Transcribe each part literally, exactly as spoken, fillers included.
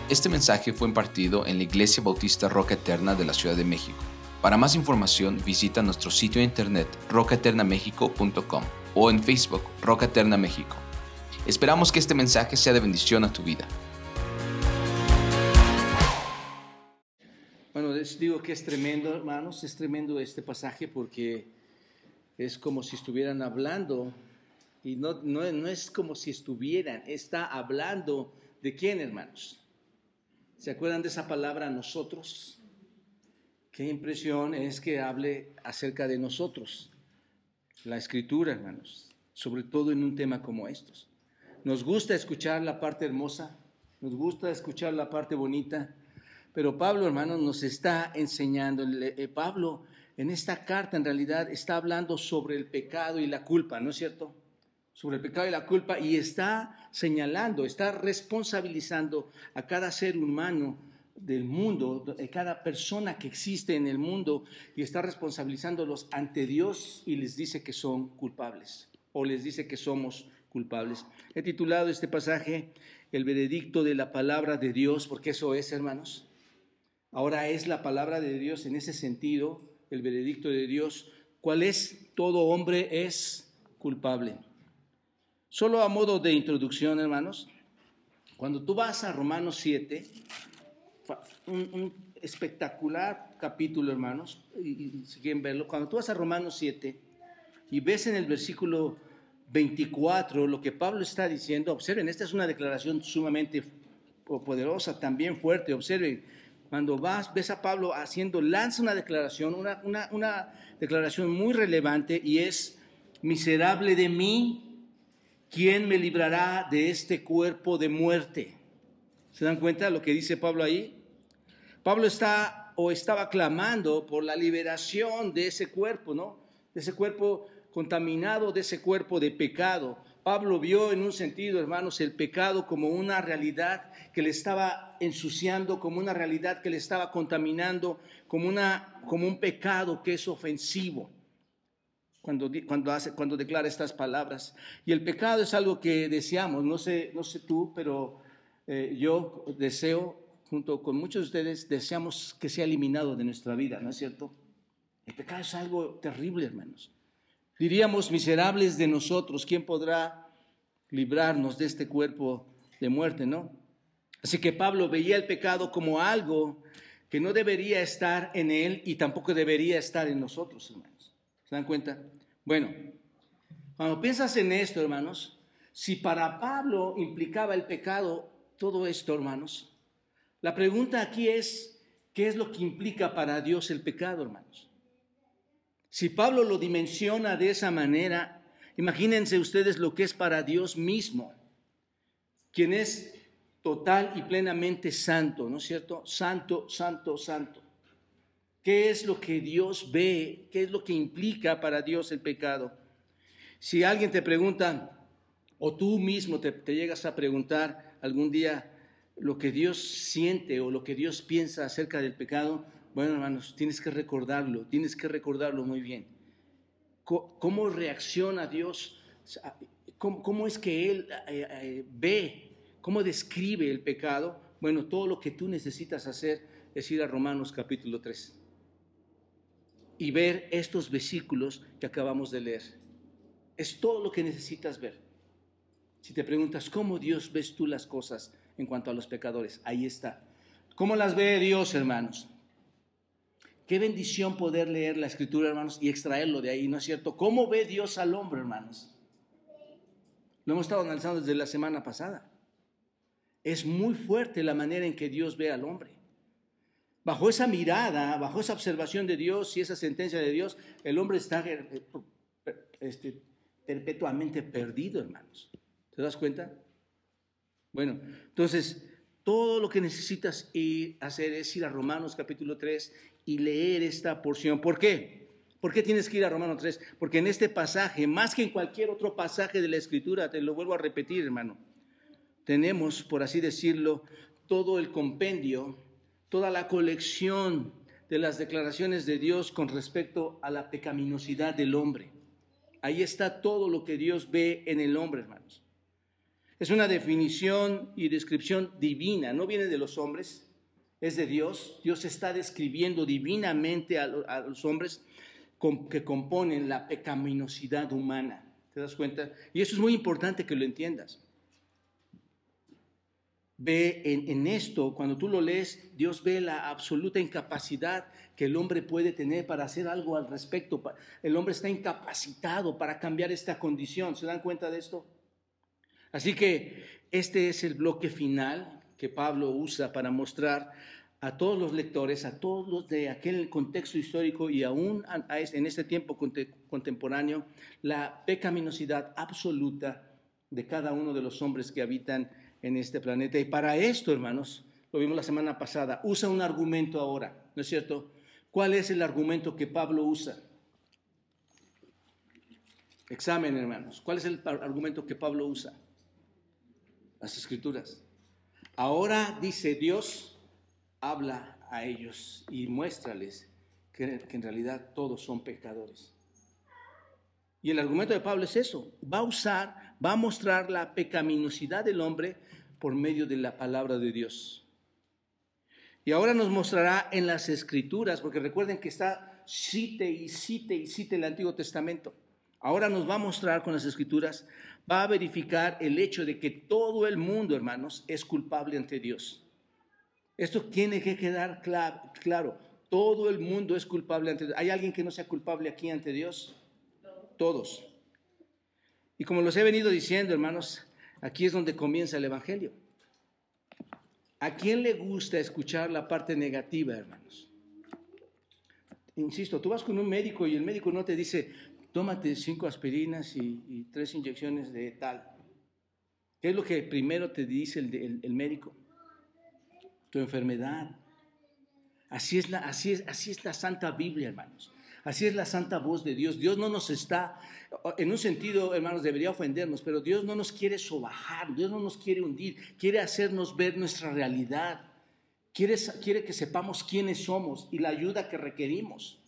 Este mensaje fue impartido en la Iglesia Bautista Roca Eterna de la Ciudad de México. Para más información, visita nuestro sitio de internet roca eterna mexico punto com o en Facebook Roca Eterna México. Esperamos que este mensaje sea de bendición a tu vida. Bueno, les digo que es tremendo, hermanos, es tremendo este pasaje porque es como si estuvieran hablando, y no, no, no es como si estuvieran, está hablando de quién, hermanos. ¿Se acuerdan de esa palabra nosotros? Qué impresión es que hable acerca de nosotros, la Escritura, hermanos, sobre todo en un tema como estos. Nos gusta escuchar la parte hermosa, nos gusta escuchar la parte bonita, pero Pablo, hermanos, nos está enseñando. Eh, Pablo en esta carta en realidad está hablando sobre el pecado y la culpa, ¿no es cierto? Sobre el pecado y la culpa, y está señalando, está responsabilizando a cada ser humano del mundo, a cada persona que existe en el mundo, y está responsabilizándolos ante Dios y les dice que son culpables, o les dice que somos culpables. He titulado este pasaje El veredicto de la palabra de Dios, porque eso es, hermanos. Ahora es la palabra de Dios en ese sentido, el veredicto de Dios. ¿Cuál es? Todo hombre es culpable. Solo a modo de introducción, hermanos, cuando tú vas a Romanos siete, un, un espectacular capítulo, hermanos, y, y si quieren verlo, cuando tú vas a Romanos siete y ves en el versículo veinticuatro lo que Pablo está diciendo, observen, esta es una declaración sumamente poderosa, también fuerte, observen, cuando vas, ves a Pablo haciendo, lanza una declaración, una, una, una declaración muy relevante, y es: miserable de mí, ¿quién me librará de este cuerpo de muerte? ¿Se dan cuenta de lo que dice Pablo ahí? Pablo está o estaba clamando por la liberación de ese cuerpo, ¿no? De ese cuerpo contaminado, de ese cuerpo de pecado. Pablo vio en un sentido, hermanos, el pecado como una realidad que le estaba ensuciando, como una realidad que le estaba contaminando, como, una, como un pecado que es ofensivo. Cuando, cuando, hace, cuando declara estas palabras. Y el pecado es algo que deseamos, no sé, no sé tú, pero eh, yo deseo, junto con muchos de ustedes, deseamos que sea eliminado de nuestra vida, ¿no es cierto? El pecado es algo terrible, hermanos. Diríamos, miserables de nosotros, ¿quién podrá librarnos de este cuerpo de muerte, no? Así que Pablo veía el pecado como algo que no debería estar en él y tampoco debería estar en nosotros, hermanos. ¿Se dan cuenta? Bueno, cuando piensas en esto, hermanos, si para Pablo implicaba el pecado todo esto, hermanos, la pregunta aquí es, ¿qué es lo que implica para Dios el pecado, hermanos? Si Pablo lo dimensiona de esa manera, imagínense ustedes lo que es para Dios mismo, quien es total y plenamente santo, ¿no es cierto? Santo, santo, santo. ¿Qué es lo que Dios ve? ¿Qué es lo que implica para Dios el pecado? Si alguien te pregunta, o tú mismo te, te llegas a preguntar algún día lo que Dios siente o lo que Dios piensa acerca del pecado, bueno, hermanos, tienes que recordarlo, tienes que recordarlo muy bien. ¿Cómo reacciona Dios? ¿Cómo, cómo es que Él eh, eh, ve? ¿Cómo describe el pecado? Bueno, todo lo que tú necesitas hacer es ir a Romanos capítulo tres y ver estos versículos que acabamos de leer. Es todo lo que necesitas ver. Si te preguntas, ¿cómo Dios ves tú las cosas en cuanto a los pecadores? Ahí está. ¿Cómo las ve Dios, hermanos? Qué bendición poder leer la Escritura, hermanos, y extraerlo de ahí, ¿no es cierto? ¿Cómo ve Dios al hombre, hermanos? Lo hemos estado analizando desde la semana pasada. Es muy fuerte la manera en que Dios ve al hombre. Bajo esa mirada, bajo esa observación de Dios y esa sentencia de Dios, el hombre está este, perpetuamente perdido, hermanos. ¿Te das cuenta? Bueno, entonces, todo lo que necesitas ir a hacer es ir a Romanos capítulo tres y leer esta porción. ¿Por qué? ¿Por qué tienes que ir a Romanos tres? Porque en este pasaje, más que en cualquier otro pasaje de la Escritura, te lo vuelvo a repetir, hermano, tenemos, por así decirlo, todo el compendio, toda la colección de las declaraciones de Dios con respecto a la pecaminosidad del hombre. Ahí está todo lo que Dios ve en el hombre, hermanos. Es una definición y descripción divina, no viene de los hombres, es de Dios. Dios está describiendo divinamente a, a los hombres con, que componen la pecaminosidad humana. ¿Te das cuenta? Y eso es muy importante que lo entiendas. Ve en, en esto, cuando tú lo lees, Dios ve la absoluta incapacidad que el hombre puede tener para hacer algo al respecto. El hombre está incapacitado para cambiar esta condición. ¿Se dan cuenta de esto? Así que este es el bloque final que Pablo usa para mostrar a todos los lectores, a todos los de aquel contexto histórico y aún en este tiempo contemporáneo, la pecaminosidad absoluta de cada uno de los hombres que habitan en este planeta. Y para esto, hermanos, lo vimos la semana pasada, usa un argumento ahora, ¿no es cierto? ¿Cuál es el argumento que Pablo usa? Examen, hermanos. ¿Cuál es el argumento que Pablo usa? Las Escrituras. Ahora, dice Dios, habla a ellos y muéstrales que, que en realidad todos son pecadores. Y el argumento de Pablo es eso, va a usar, va a mostrar la pecaminosidad del hombre por medio de la palabra de Dios. Y ahora nos mostrará en las Escrituras, porque recuerden que está cite y cite y cite el Antiguo Testamento. Ahora nos va a mostrar con las Escrituras, va a verificar el hecho de que todo el mundo, hermanos, es culpable ante Dios. Esto tiene que quedar claro, claro. Todo el mundo es culpable ante Dios. ¿Hay alguien que no sea culpable aquí ante Dios? Todos. Y como los he venido diciendo, hermanos, aquí es donde comienza el Evangelio. ¿A quién le gusta escuchar la parte negativa, hermanos? Insisto, tú vas con un médico y el médico no te dice, tómate cinco aspirinas y, y tres inyecciones de tal. ¿Qué es lo que primero te dice el, el, el médico? Tu enfermedad. Así es, la, así, es, así es la Santa Biblia, hermanos. Así es la santa voz de Dios. Dios no nos está, en un sentido, hermanos, debería ofendernos, pero Dios no nos quiere sobajar, Dios no nos quiere hundir, quiere hacernos ver nuestra realidad, quiere, quiere que sepamos quiénes somos y la ayuda que requerimos.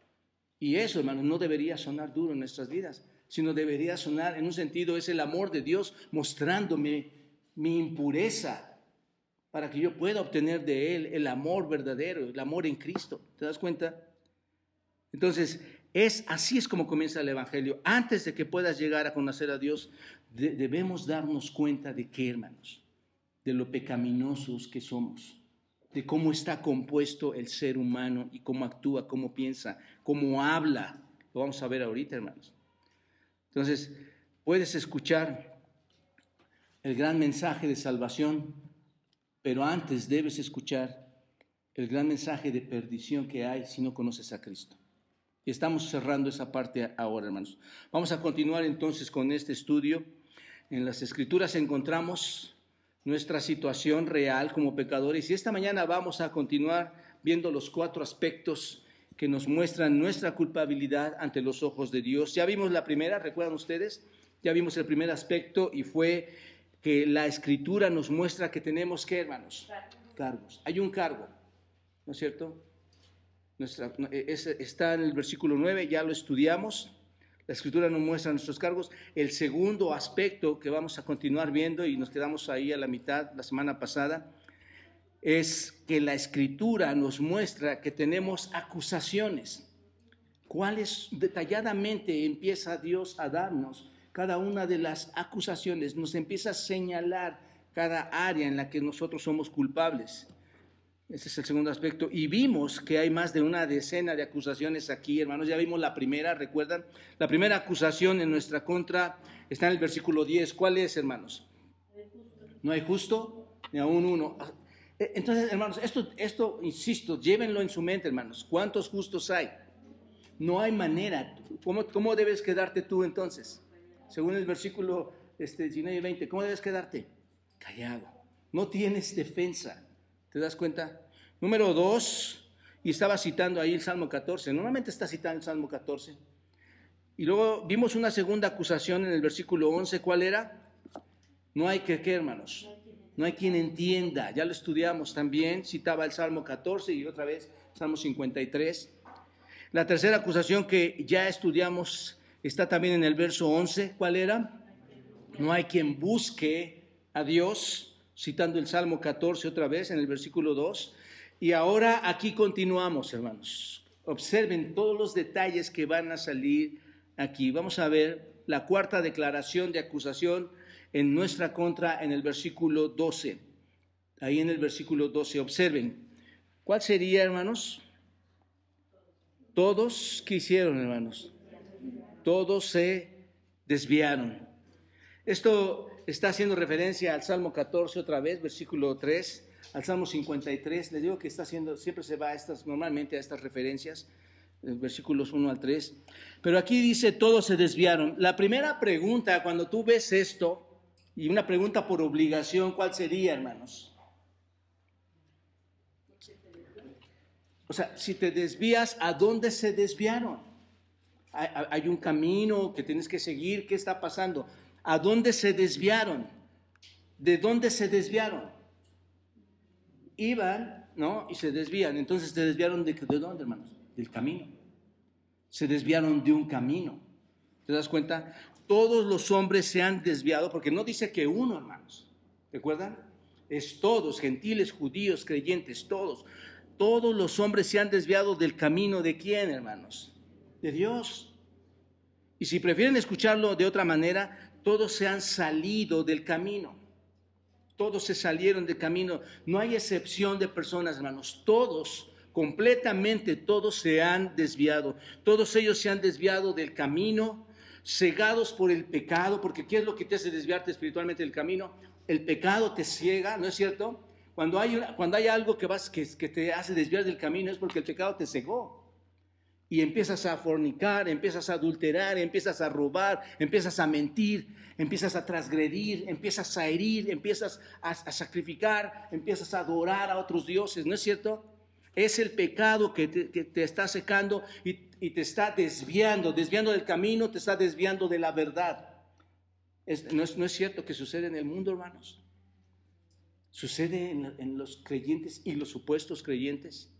Y eso, hermanos, no debería sonar duro en nuestras vidas, sino debería sonar, en un sentido, es el amor de Dios mostrándome mi impureza para que yo pueda obtener de Él el amor verdadero, el amor en Cristo. ¿Te das cuenta? Entonces, es, así es como comienza el Evangelio. Antes de que puedas llegar a conocer a Dios, de, debemos darnos cuenta de qué, hermanos, de lo pecaminosos que somos, de cómo está compuesto el ser humano y cómo actúa, cómo piensa, cómo habla. Lo vamos a ver ahorita, hermanos. Entonces, puedes escuchar el gran mensaje de salvación, pero antes debes escuchar el gran mensaje de perdición que hay si no conoces a Cristo. Y estamos cerrando esa parte ahora, hermanos. Vamos a continuar entonces con este estudio. En las Escrituras encontramos nuestra situación real como pecadores y esta mañana vamos a continuar viendo los cuatro aspectos que nos muestran nuestra culpabilidad ante los ojos de Dios. Ya vimos la primera, ¿recuerdan ustedes? Ya vimos el primer aspecto y fue que la Escritura nos muestra que tenemos, ¿qué, hermanos? Cargos. Hay un cargo, ¿no es cierto? Nuestra, es, está en el versículo nueve, ya lo estudiamos. La Escritura nos muestra nuestros cargos. El segundo aspecto que vamos a continuar viendo, y nos quedamos ahí a la mitad la semana pasada, es que la Escritura nos muestra que tenemos acusaciones. ¿Cuáles detalladamente empieza Dios a darnos? Cada una de las acusaciones nos empieza a señalar cada área en la que nosotros somos culpables. Ese es el segundo aspecto. Y vimos que hay más de una decena de acusaciones aquí, hermanos. Ya vimos la primera, ¿recuerdan? La primera acusación en nuestra contra está en el versículo diez. ¿Cuál es, hermanos? No hay justo, ni aún uno. Entonces, hermanos, esto, esto, insisto, llévenlo en su mente, hermanos. ¿Cuántos justos hay? No hay manera. ¿Cómo, cómo debes quedarte tú entonces? Según el versículo este, diecinueve y veinte, ¿cómo debes quedarte? Callado. No tienes defensa. ¿Te das cuenta? Número dos, y estaba citando ahí el Salmo catorce. Normalmente está citando el Salmo catorce. Y luego vimos una segunda acusación en el versículo once. ¿Cuál era? No hay que, ¿qué, hermanos? No hay quien entienda. Ya lo estudiamos también. Citaba el Salmo catorce y otra vez Salmo cincuenta y tres. La tercera acusación que ya estudiamos está también en el verso once. ¿Cuál era? No hay quien busque a Dios, citando el Salmo catorce otra vez en el versículo dos. Y ahora aquí continuamos, hermanos. Observen todos los detalles que van a salir aquí. Vamos a ver la cuarta declaración de acusación en nuestra contra en el versículo doce. Ahí en el versículo doce, observen. ¿Cuál sería, hermanos? Todos, ¿qué hicieron, hermanos? Todos se desviaron. Esto está haciendo referencia al Salmo catorce otra vez, versículo tres, al Salmo cincuenta y tres. Les digo que está haciendo, siempre se va a estas, normalmente a estas referencias, versículos uno al tres. Pero aquí dice, todos se desviaron. La primera pregunta, cuando tú ves esto, y una pregunta por obligación, ¿cuál sería, hermanos? O sea, si te desvías, ¿a dónde se desviaron? Hay, hay un camino que tienes que seguir. ¿Qué está pasando? ¿A dónde se desviaron? ¿De dónde se desviaron? Iban, ¿no? Y se desvían. Entonces, ¿se desviaron de, de dónde, hermanos? Del camino. Se desviaron de un camino. ¿Te das cuenta? Todos los hombres se han desviado, porque no dice que uno, hermanos. ¿Recuerdan? Es todos, gentiles, judíos, creyentes, todos. Todos los hombres se han desviado del camino de ¿quién, hermanos? De Dios. Y si prefieren escucharlo de otra manera, todos se han salido del camino. Todos se salieron del camino. No hay excepción de personas, hermanos. Todos, completamente todos se han desviado. Todos ellos se han desviado del camino, cegados por el pecado, porque ¿qué es lo que te hace desviarte espiritualmente del camino? El pecado te ciega, ¿no es cierto? Cuando hay, una, cuando hay algo que, vas, que, que te hace desviar del camino es porque el pecado te cegó. Y empiezas a fornicar, empiezas a adulterar, empiezas a robar, empiezas a mentir, empiezas a transgredir, empiezas a herir, empiezas a, a sacrificar, empiezas a adorar a otros dioses, ¿no es cierto? Es el pecado que te, que te está secando y, y te está desviando, desviando del camino, te está desviando de la verdad. Es, no, es, no es cierto que sucede en el mundo, hermanos. Sucede en, en los creyentes y los supuestos creyentes.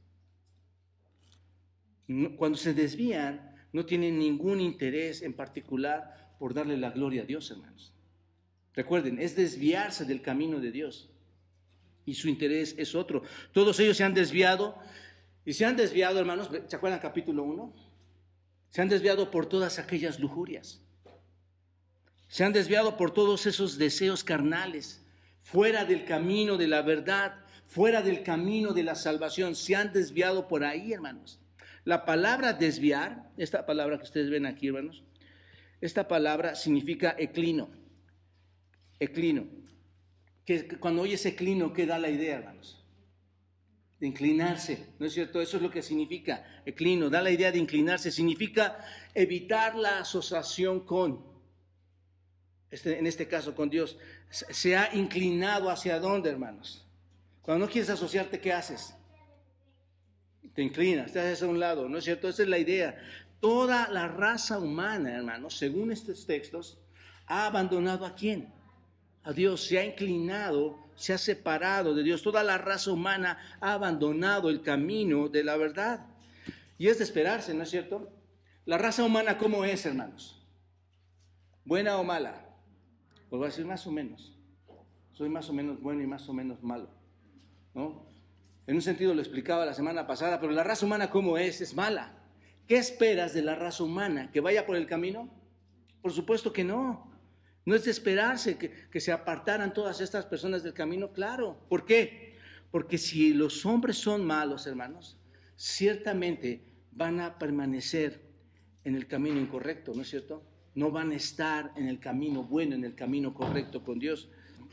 No, cuando se desvían, no tienen ningún interés en particular por darle la gloria a Dios, hermanos. Recuerden, es desviarse del camino de Dios. Y su interés es otro. Todos ellos se han desviado. Y se han desviado, hermanos, ¿se acuerdan capítulo uno? Se han desviado por todas aquellas lujurias. Se han desviado por todos esos deseos carnales. Fuera del camino de la verdad. Fuera del camino de la salvación. Se han desviado por ahí, hermanos. La palabra desviar, esta palabra que ustedes ven aquí, hermanos, esta palabra significa eclino. Eclino. Que cuando oyes eclino, ¿qué da la idea, hermanos? De inclinarse, ¿no es cierto? Eso es lo que significa eclino. Da la idea de inclinarse. Significa evitar la asociación con, este, en este caso con Dios. Se ha inclinado hacia dónde, hermanos. Cuando no quieres asociarte, ¿qué haces? Te inclinas, te haces a un lado, ¿no es cierto? Esa es la idea. Toda la raza humana, hermanos, según estos textos, ha abandonado ¿a quién? A Dios. Se ha inclinado, se ha separado de Dios. Toda la raza humana ha abandonado el camino de la verdad. Y es de esperarse, ¿no es cierto? La raza humana, ¿cómo es, hermanos? ¿Buena o mala? Pues voy a decir más o menos. Soy más o menos bueno y más o menos malo, ¿no? En un sentido lo explicaba la semana pasada, pero la raza humana, ¿cómo es? Es mala. ¿Qué esperas de la raza humana? ¿Que vaya por el camino? Por supuesto que no. No es de esperarse que, que se apartaran todas estas personas del camino, claro. ¿Por qué? Porque si los hombres son malos, hermanos, ciertamente van a permanecer en el camino incorrecto, ¿no es cierto? No van a estar en el camino bueno, en el camino correcto con Dios.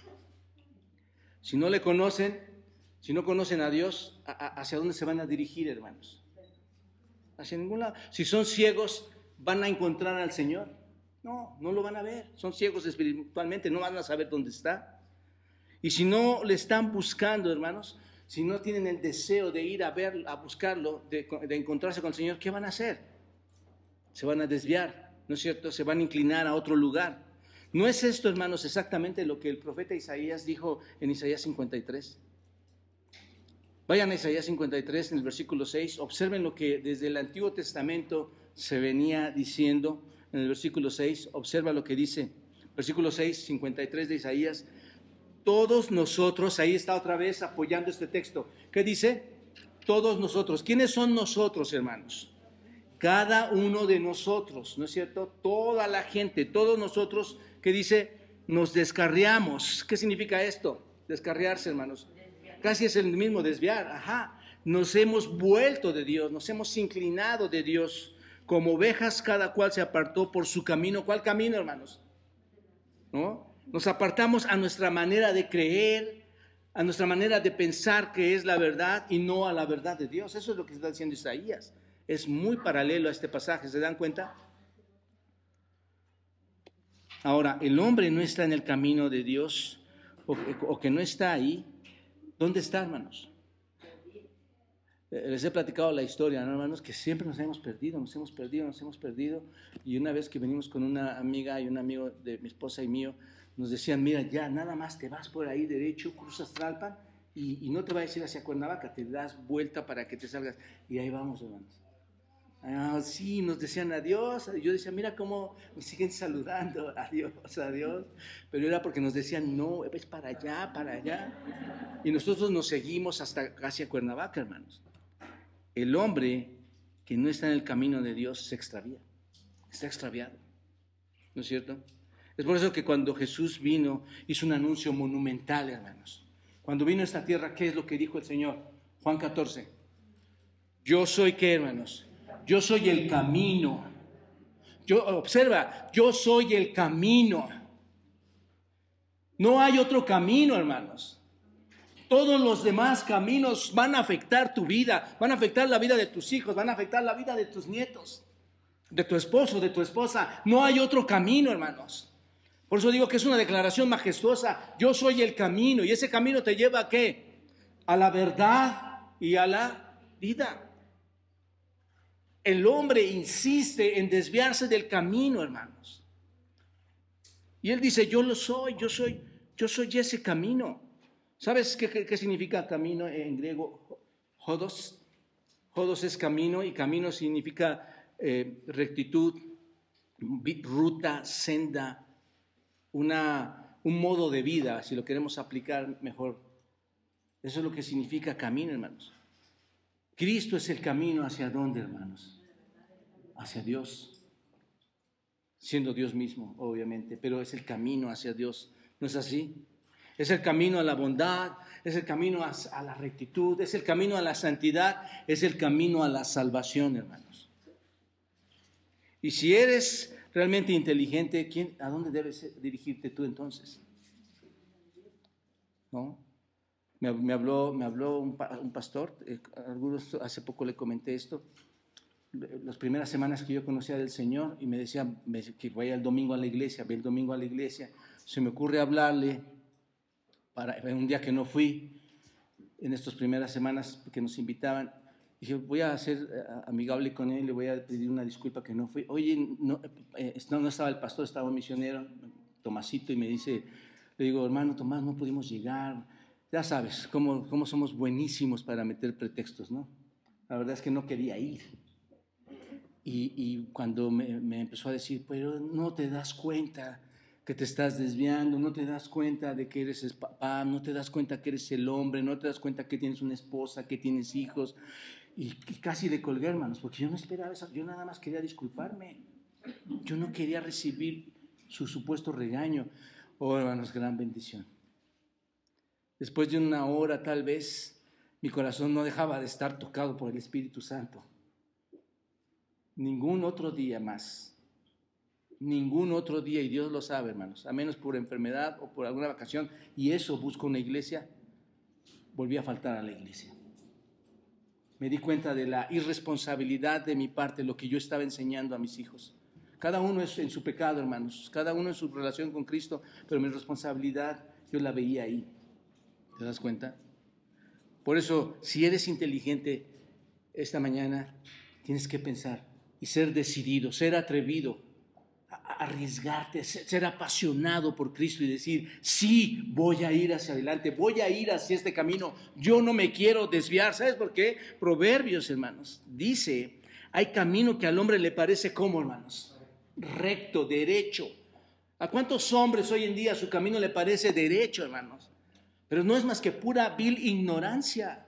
Si no le conocen, si no conocen a Dios, ¿hacia dónde se van a dirigir, hermanos? Hacia ningún lado. Si son ciegos, ¿van a encontrar al Señor? No, no lo van a ver. Son ciegos espiritualmente, no van a saber dónde está. Y si no le están buscando, hermanos, si no tienen el deseo de ir a ver, a buscarlo, de, de encontrarse con el Señor, ¿qué van a hacer? Se van a desviar, ¿no es cierto? Se van a inclinar a otro lugar. ¿No es esto, hermanos, exactamente lo que el profeta Isaías dijo en Isaías cincuenta y tres? Vayan a Isaías cincuenta y tres en el versículo seis, observen lo que desde el Antiguo Testamento se venía diciendo en el versículo seis, observa lo que dice, versículo seis, cincuenta y tres de Isaías, todos nosotros, ahí está otra vez apoyando este texto. ¿Qué dice? Todos nosotros. ¿Quiénes son nosotros, hermanos? Cada uno de nosotros, ¿no es cierto? Toda la gente, todos nosotros, que dice, nos descarriamos. ¿Qué significa esto? Descarriarse, hermanos. Casi es el mismo desviar, ajá. Nos hemos vuelto de Dios, nos hemos inclinado de Dios. Como ovejas, cada cual se apartó por su camino. ¿Cuál camino, hermanos? ¿No? Nos apartamos a nuestra manera de creer, a nuestra manera de pensar que es la verdad y no a la verdad de Dios. Eso es lo que está diciendo Isaías. Es muy paralelo a este pasaje, ¿se dan cuenta? Ahora, el hombre no está en el camino de Dios o, o que no está ahí. ¿Dónde está, hermanos? Les he platicado la historia, ¿no, hermanos? Que siempre nos hemos perdido, nos hemos perdido, nos hemos perdido. Y una vez que venimos con una amiga y un amigo de mi esposa y mío, nos decían, mira, ya nada más te vas por ahí derecho, cruzas Tlalpan y, y no te vayas a ir hacia Cuernavaca, te das vuelta para que te salgas. Y ahí vamos, hermanos. Ah, sí, nos decían adiós. Yo decía, mira cómo nos siguen saludando, adiós, adiós. Pero era porque nos decían, no, es para allá, para allá. Y nosotros nos seguimos hasta hacia Cuernavaca, hermanos. El hombre que no está en el camino de Dios se extravía, está extraviado, ¿no es cierto? Es por eso que cuando Jesús vino, hizo un anuncio monumental, hermanos. Cuando vino a esta tierra, ¿qué es lo que dijo el Señor? Juan catorce. Yo soy, ¿qué, hermanos? Yo soy el camino. Yo, observa, yo soy el camino. No hay otro camino, hermanos. Todos los demás caminos van a afectar tu vida, van a afectar la vida de tus hijos, van a afectar la vida de tus nietos, de tu esposo, de tu esposa. No hay otro camino, hermanos. Por eso digo que es una declaración majestuosa. Yo soy el camino, y ese camino te lleva ¿a qué? A la verdad y a la vida. El hombre insiste en desviarse del camino, hermanos. Y él dice, yo lo soy, yo soy, yo soy ese camino. ¿Sabes qué, qué, qué significa camino en griego? Hodos. Hodos es camino y camino significa eh, rectitud, ruta, senda, una, un modo de vida, si lo queremos aplicar mejor. Eso es lo que significa camino, hermanos. Cristo es el camino hacia dónde, hermanos? Hacia Dios. Siendo Dios mismo, obviamente, pero es el camino hacia Dios. ¿No es así? Es el camino a la bondad, es el camino a, a la rectitud, es el camino a la santidad, es el camino a la salvación, hermanos. Y si eres realmente inteligente, ¿quién, ¿a dónde debes dirigirte tú entonces? ¿No? Me, me habló, me habló un, un pastor, eh, algunos, hace poco le comenté esto, las primeras semanas que yo conocía del Señor, y me decía me, que vaya el domingo a la iglesia, ve el domingo a la iglesia, se me ocurre hablarle, para un día que no fui, en estas primeras semanas que nos invitaban, dije, voy a ser amigable con él, le voy a pedir una disculpa que no fui. Oye, no, eh, no, no estaba el pastor, estaba un misionero, Tomasito, y me dice, le digo, hermano Tomás, no pudimos llegar. Ya sabes, cómo, cómo somos buenísimos para meter pretextos, ¿no? La verdad es que no quería ir. Y, y cuando me, me empezó a decir, pero no te das cuenta que te estás desviando, no te das cuenta de que eres el papá, no te das cuenta que eres el hombre, no te das cuenta que tienes una esposa, que tienes hijos. Y, y casi le colgué, hermanos, porque yo no esperaba eso, yo nada más quería disculparme. Yo no quería recibir su supuesto regaño. Oh, hermanos, gran bendición. Después de una hora, tal vez, mi corazón no dejaba de estar tocado por el Espíritu Santo. Ningún otro día más. Ningún otro día, y Dios lo sabe, hermanos, a menos por enfermedad o por alguna vacación, y eso busco una iglesia, volví a faltar a la iglesia. Me di cuenta de la irresponsabilidad de mi parte, lo que yo estaba enseñando a mis hijos. Cada uno es en su pecado, hermanos, cada uno en su relación con Cristo, pero mi responsabilidad yo la veía ahí. ¿Te das cuenta? Por eso, si eres inteligente esta mañana, tienes que pensar y ser decidido, ser atrevido, arriesgarte, ser apasionado por Cristo y decir, sí, voy a ir hacia adelante, voy a ir hacia este camino, yo no me quiero desviar. ¿Sabes por qué? Proverbios, hermanos, dice, hay camino que al hombre le parece como, hermanos, recto, derecho. ¿A cuántos hombres hoy en día su camino le parece derecho, hermanos? Pero no es más que pura vil ignorancia.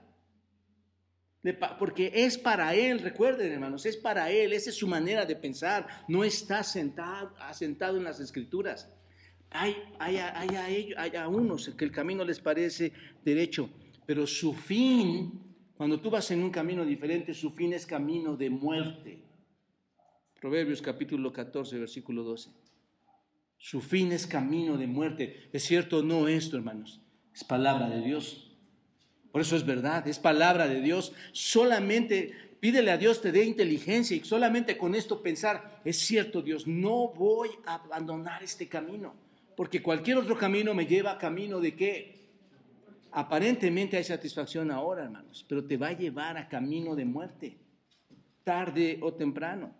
Porque es para él, recuerden hermanos, es para él, esa es su manera de pensar, no está sentado, asentado en las Escrituras. Hay, hay, hay, hay, hay a unos que el camino les parece derecho, pero su fin, cuando tú vas en un camino diferente, su fin es camino de muerte. Proverbios capítulo catorce, versículo doce. Su fin es camino de muerte. ¿Es cierto o no esto, hermanos? Es palabra de Dios. Por eso es verdad, es palabra de Dios. Solamente pídele a Dios te dé inteligencia y solamente con esto pensar, es cierto Dios, no voy a abandonar este camino, porque cualquier otro camino me lleva a camino de qué. Aparentemente hay satisfacción ahora, hermanos, pero te va a llevar a camino de muerte, tarde o temprano.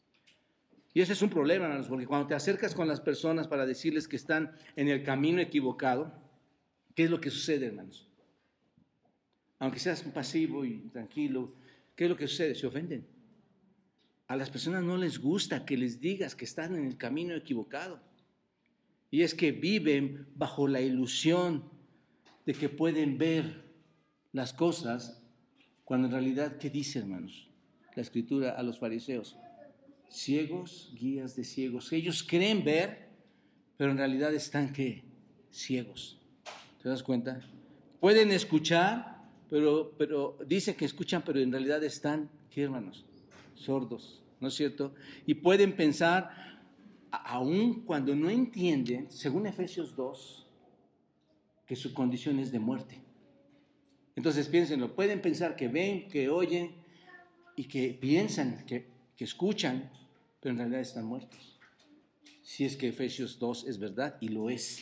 Y ese es un problema, hermanos, porque cuando te acercas con las personas para decirles que están en el camino equivocado, ¿qué es lo que sucede, hermanos? Aunque seas pasivo y tranquilo, ¿qué es lo que sucede? Se ofenden. A las personas no les gusta que les digas que están en el camino equivocado. Y es que viven bajo la ilusión de que pueden ver las cosas, cuando en realidad, ¿qué dice, hermanos? La Escritura a los fariseos. Ciegos, guías de ciegos. Ellos creen ver, pero en realidad están, ¿qué? Ciegos. ¿Te das cuenta? Pueden escuchar, Pero, pero dice que escuchan, pero en realidad están, ¿qué, hermanos? Sordos, ¿no es cierto? Y pueden pensar, aun cuando no entienden, según Efesios dos, que su condición es de muerte. Entonces piénsenlo, pueden pensar que ven, que oyen y que piensan, que, que escuchan, pero en realidad están muertos. Si es que Efesios dos es verdad, y lo es.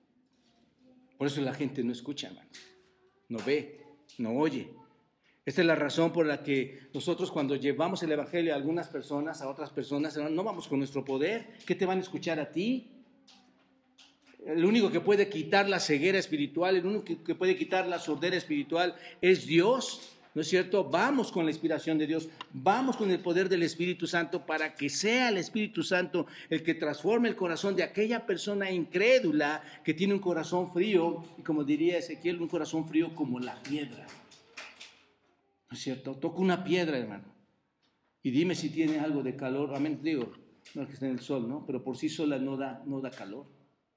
Por eso la gente no escucha, hermanos, no ve, no oye. Esta es la razón por la que nosotros cuando llevamos el evangelio a algunas personas, a otras personas, no vamos con nuestro poder. ¿Qué te van a escuchar a ti? El único que puede quitar la ceguera espiritual, el único que puede quitar la sordera espiritual es Dios, ¿no es cierto? Vamos con la inspiración de Dios, vamos con el poder del Espíritu Santo para que sea el Espíritu Santo el que transforme el corazón de aquella persona incrédula que tiene un corazón frío, y como diría Ezequiel, un corazón frío como la piedra. ¿No es cierto? Toca una piedra, hermano, y dime si tiene algo de calor. Amén, digo, no es que esté en el sol, ¿no? Pero por sí sola no da, no da calor.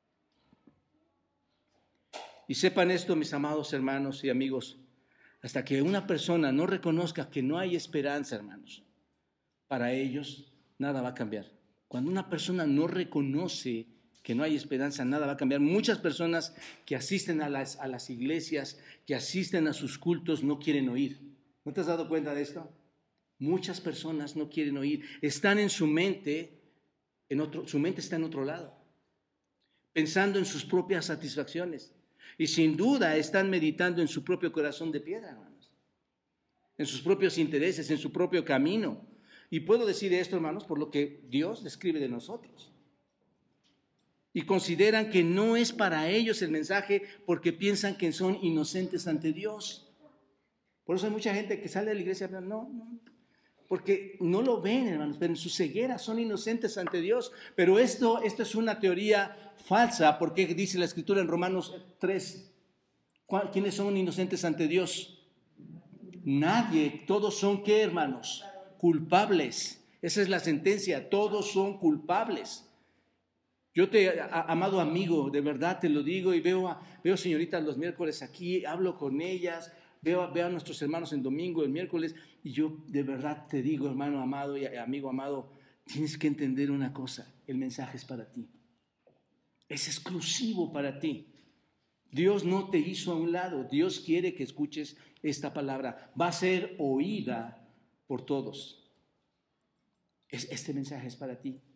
Y sepan esto, mis amados hermanos y amigos, hasta que una persona no reconozca que no hay esperanza, hermanos, para ellos, nada va a cambiar. Cuando una persona no reconoce que no hay esperanza, nada va a cambiar. Muchas personas que asisten a las, a las iglesias, que asisten a sus cultos, no quieren oír. ¿No te has dado cuenta de esto? Muchas personas no quieren oír. Están en su mente, en otro, su mente está en otro lado, pensando en sus propias satisfacciones. Y sin duda están meditando en su propio corazón de piedra, hermanos, en sus propios intereses, en su propio camino. Y puedo decir esto, hermanos, por lo que Dios describe de nosotros. Y consideran que no es para ellos el mensaje porque piensan que son inocentes ante Dios. Por eso hay mucha gente que sale de la iglesia y dice, no, no, porque no lo ven, hermanos, pero en su ceguera son inocentes ante Dios. Pero esto, esto es una teoría falsa, porque dice la Escritura en Romanos tres, ¿quiénes son inocentes ante Dios? Nadie, todos son, ¿qué, hermanos? Culpables. Esa es la sentencia, todos son culpables. Yo te, a, amado amigo, de verdad te lo digo, y veo a, veo señoritas los miércoles aquí, hablo con ellas, veo, veo a nuestros hermanos en domingo, el miércoles, y yo de verdad te digo, hermano amado y amigo amado, tienes que entender una cosa, el mensaje es para ti. Es exclusivo para ti. Dios no te hizo a un lado. Dios quiere que escuches esta palabra. Va a ser oída por todos. Este mensaje es para ti.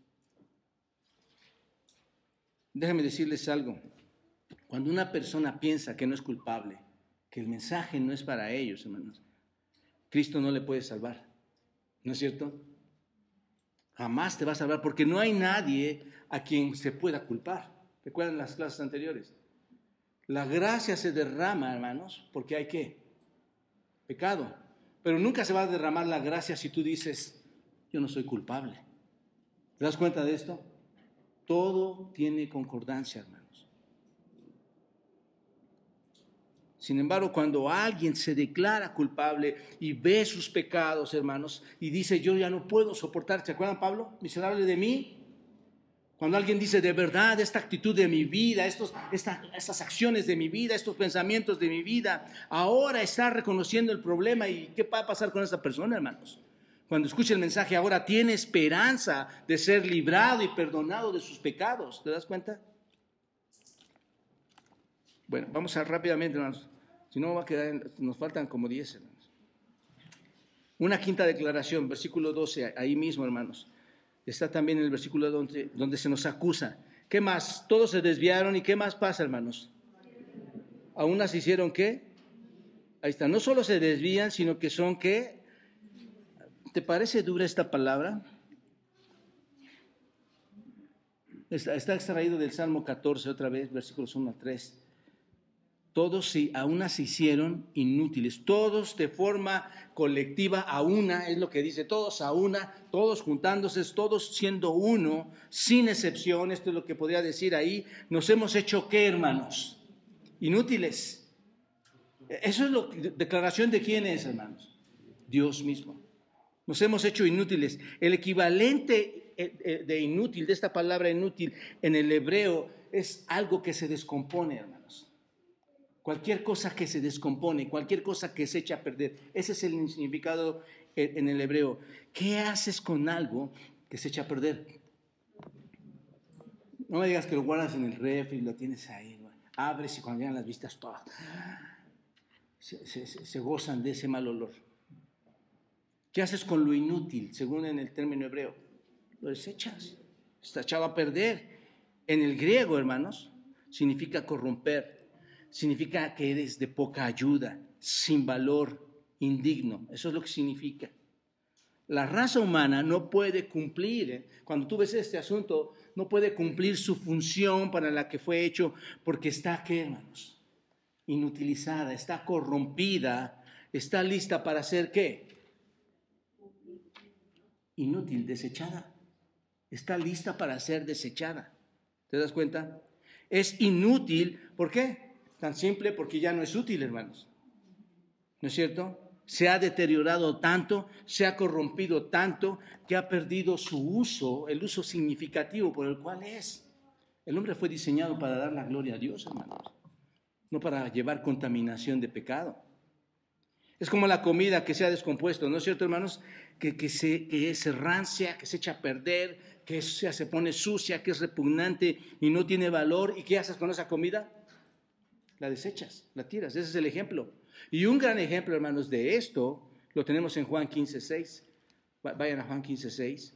Déjenme decirles algo. Cuando una persona piensa que no es culpable, que el mensaje no es para ellos, hermanos, Cristo no le puede salvar. ¿No es cierto? Jamás te va a salvar porque no hay nadie a quien se pueda culpar. ¿Recuerdan las clases anteriores? La gracia se derrama, hermanos, porque hay ¿qué? Pecado. Pero nunca se va a derramar la gracia si tú dices, yo no soy culpable. ¿Te das cuenta de esto? Todo tiene concordancia, hermanos. Sin embargo, cuando alguien se declara culpable y ve sus pecados, hermanos, y dice, yo ya no puedo soportar, ¿se acuerdan, Pablo? Miserable de mí. Cuando alguien dice, de verdad, esta actitud de mi vida, estos, esta, estas acciones de mi vida, estos pensamientos de mi vida, ahora está reconociendo el problema. ¿Y qué va a pasar con esa persona, hermanos? Cuando escuche el mensaje, ahora tiene esperanza de ser librado y perdonado de sus pecados. ¿Te das cuenta? Bueno, vamos a rápidamente, hermanos. Si no, va a quedar, nos faltan como diez, hermanos. Una quinta declaración, versículo doce, ahí mismo, hermanos. Está también en el versículo donde, donde se nos acusa. ¿Qué más? Todos se desviaron. ¿Y qué más pasa, hermanos? ¿Aún las hicieron qué? Ahí está. No solo se desvían, sino que son ¿qué? ¿Te parece dura esta palabra? Está, está extraído del Salmo catorce, otra vez, versículos uno a tres. Todos sí, a una se hicieron inútiles, todos de forma colectiva a una, es lo que dice, todos a una, todos juntándose, todos siendo uno, sin excepción, esto es lo que podría decir ahí, nos hemos hecho ¿qué, hermanos? Inútiles. Eso es la declaración de quién es, hermanos, Dios mismo. Nos hemos hecho inútiles. El equivalente de inútil, de esta palabra inútil en el hebreo, es algo que se descompone, hermanos. Cualquier cosa que se descompone, cualquier cosa que se echa a perder. Ese es el significado en el hebreo. ¿Qué haces con algo que se echa a perder? No me digas que lo guardas en el refri y lo tienes ahí. ¿No? Abres y cuando llegan las vistas todas se, se, se gozan de ese mal olor. ¿Qué haces con lo inútil, según en el término hebreo? Lo desechas. Está echado a perder. En el griego, hermanos, significa corromper. Significa que eres de poca ayuda, sin valor, indigno. Eso es lo que significa. La raza humana no puede cumplir, ¿eh? Cuando tú ves este asunto, no puede cumplir su función para la que fue hecho, porque está, ¿qué, hermanos? Inutilizada, está corrompida, está lista para ser, ¿qué? Inútil, desechada. Está lista para ser desechada. ¿Te das cuenta? Es inútil, ¿por qué? Tan simple porque ya no es útil, hermanos. ¿No es cierto? Se ha deteriorado tanto, se ha corrompido tanto, que ha perdido su uso, el uso significativo por el cual es. El hombre fue diseñado para dar la gloria a Dios, hermanos, no para llevar contaminación de pecado. Es como la comida que se ha descompuesto, ¿no es cierto, hermanos? Que, que, se, que se rancia, que se echa a perder, que se, se pone sucia, que es repugnante y no tiene valor. ¿Y qué haces con esa comida? La desechas, la tiras. Ese es el ejemplo. Y un gran ejemplo, hermanos, de esto lo tenemos en Juan quince seis. Vayan a Juan quince seis.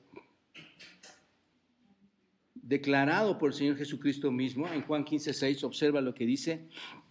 Declarado por el Señor Jesucristo mismo, en Juan quince seis, observa lo que dice.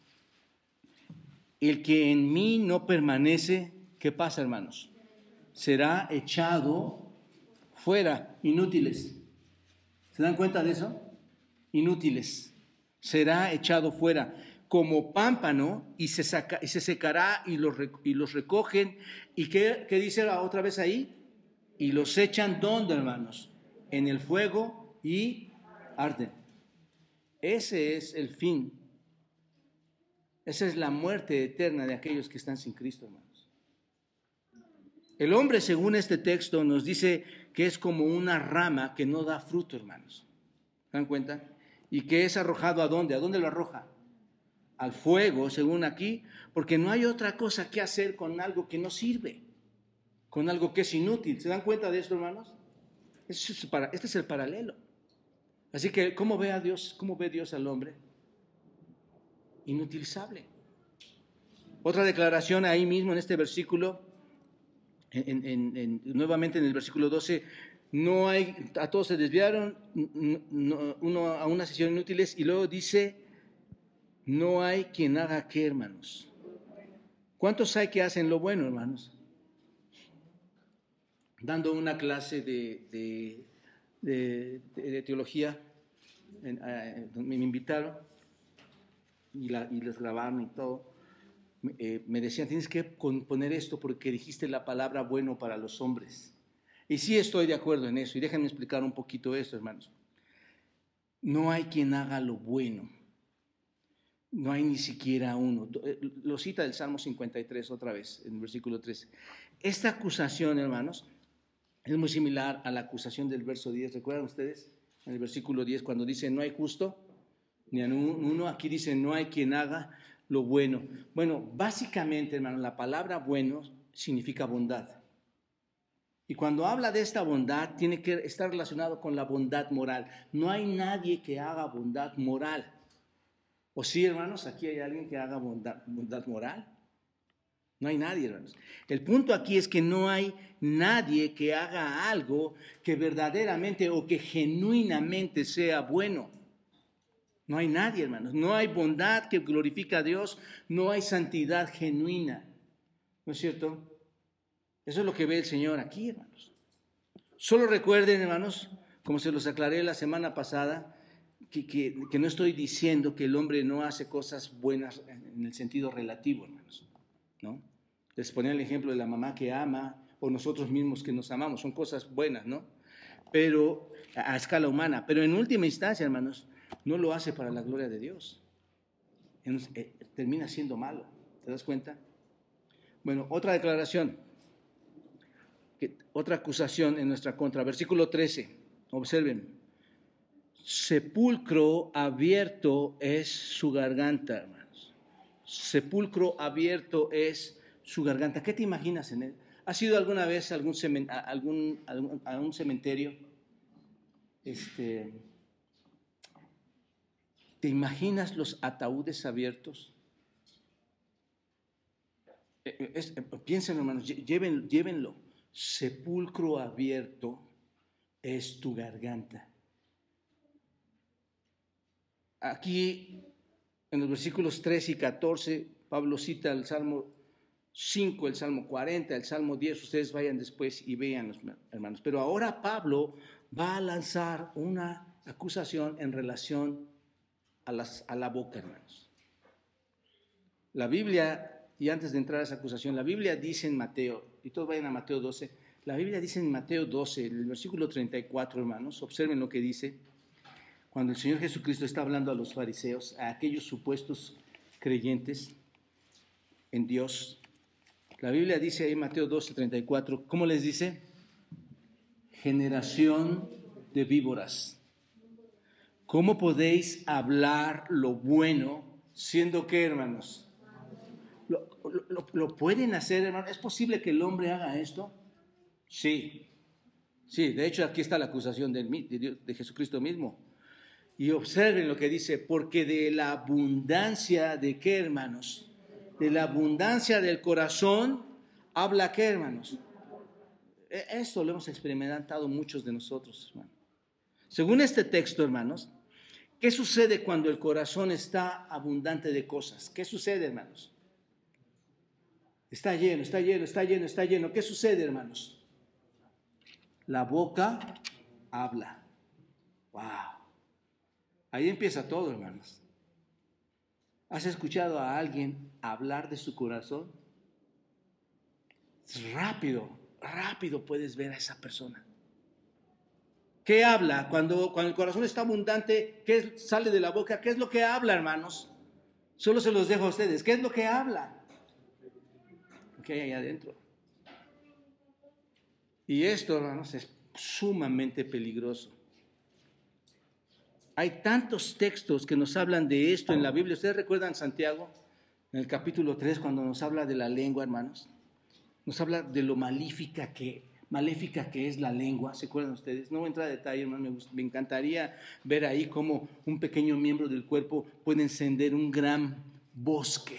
El que en mí no permanece, ¿qué pasa, hermanos? Será echado fuera, inútiles. ¿Se dan cuenta de eso? Inútiles. Será echado fuera como pámpano y se, saca, y se secará y los, y los recogen. ¿Y qué, qué dice otra vez ahí? Y los echan, ¿dónde, hermanos? En el fuego y arden. Ese es el fin. Esa es la muerte eterna de aquellos que están sin Cristo, hermanos. El hombre, según este texto, nos dice que es como una rama que no da fruto, hermanos. ¿Se dan cuenta? Y que es arrojado ¿a dónde? ¿A dónde lo arroja? Al fuego, según aquí, porque no hay otra cosa que hacer con algo que no sirve, con algo que es inútil. ¿Se dan cuenta de esto, hermanos? Este es el paralelo. Así que, ¿cómo ve a Dios? ¿Cómo ve Dios al hombre? Inutilizable. Otra declaración ahí mismo en este versículo, en, en, en, nuevamente en el versículo doce, no hay, a todos se desviaron, no, uno a unas se hicieron inútiles, y luego dice, no hay quien haga qué, hermanos. ¿Cuántos hay que hacen lo bueno, hermanos? Dando una clase de, de, de, de, de teología, en, eh, me invitaron y, la, y les grabaron y todo. Eh, me decían, tienes que poner esto porque dijiste la palabra bueno para los hombres. Y sí estoy de acuerdo en eso. Y déjenme explicar un poquito esto, hermanos. No hay quien haga lo bueno. No hay ni siquiera uno. Lo cita el Salmo cincuenta y tres otra vez, en el versículo trece. Esta acusación, hermanos, es muy similar a la acusación del verso diez. ¿Recuerdan ustedes? En el versículo diez, cuando dice, no hay justo, ni a uno, aquí dice, no hay quien haga lo bueno. Bueno, básicamente, hermanos, la palabra bueno significa bondad. Y cuando habla de esta bondad, tiene que estar relacionado con la bondad moral. No hay nadie que haga bondad moral. ¿O sí, hermanos? ¿Aquí hay alguien que haga bondad, bondad moral? No hay nadie, hermanos. El punto aquí es que no hay nadie que haga algo que verdaderamente o que genuinamente sea bueno. No hay nadie, hermanos. No hay bondad que glorifica a Dios. No hay santidad genuina. ¿No es cierto? Eso es lo que ve el Señor aquí, hermanos. Solo recuerden, hermanos, como se los aclaré la semana pasada, que, que, que no estoy diciendo que el hombre no hace cosas buenas en el sentido relativo, hermanos, ¿no? Les ponía el ejemplo de la mamá que ama, o nosotros mismos que nos amamos, son cosas buenas, ¿no? Pero a escala humana, pero en última instancia, hermanos, no lo hace para la gloria de Dios. Eh, termina siendo malo, ¿te das cuenta? Bueno, otra declaración, que, otra acusación en nuestra contra, versículo trece, observen. Sepulcro abierto es su garganta, hermanos. Sepulcro abierto es su garganta. ¿Qué te imaginas en él? ¿Has ido alguna vez a algún, cemen, a algún, a algún a un cementerio? Este, ¿Te imaginas los ataúdes abiertos? Es, piensen, hermanos, lleven, llévenlo. Sepulcro abierto es tu garganta. Aquí, en los versículos trece y catorce, Pablo cita el Salmo cinco, el Salmo cuarenta, el Salmo diez. Ustedes vayan después y vean, hermanos. Pero ahora Pablo va a lanzar una acusación en relación a, las, a la boca, hermanos. La Biblia, y antes de entrar a esa acusación, la Biblia dice en Mateo, y todos vayan a Mateo doce, la Biblia dice en Mateo doce, en el versículo treinta y cuatro, hermanos, observen lo que dice. Cuando el Señor Jesucristo está hablando a los fariseos, a aquellos supuestos creyentes en Dios, la Biblia dice ahí en Mateo doce, treinta y cuatro, ¿cómo les dice? Generación de víboras, ¿cómo podéis hablar lo bueno siendo qué, hermanos? ¿Lo, lo, lo pueden hacer, hermanos? ¿Es posible que el hombre haga esto? Sí, sí, de hecho aquí está la acusación de, de, de Jesucristo mismo. Y observen lo que dice, porque de la abundancia de qué, hermanos, de la abundancia del corazón, habla qué, hermanos. Esto lo hemos experimentado muchos de nosotros, hermanos. Según este texto, hermanos, ¿qué sucede cuando el corazón está abundante de cosas? ¿Qué sucede, hermanos? Está lleno, está lleno, está lleno, está lleno. ¿Qué sucede, hermanos? La boca habla. ¡Wow! Ahí empieza todo, hermanos. ¿Has escuchado a alguien hablar de su corazón? Es rápido, rápido puedes ver a esa persona. ¿Qué habla? Cuando, cuando el corazón está abundante, ¿qué sale de la boca? ¿Qué es lo que habla, hermanos? Solo se los dejo a ustedes. ¿Qué es lo que habla? ¿Qué hay ahí adentro? Y esto, hermanos, es sumamente peligroso. Hay tantos textos que nos hablan de esto en la Biblia. ¿Ustedes recuerdan Santiago? En el capítulo tres, cuando nos habla de la lengua, hermanos. Nos habla de lo maléfica que, maléfica que es la lengua. ¿Se acuerdan ustedes? No voy a entrar a detalle, hermano. Me, me encantaría ver ahí cómo un pequeño miembro del cuerpo puede encender un gran bosque.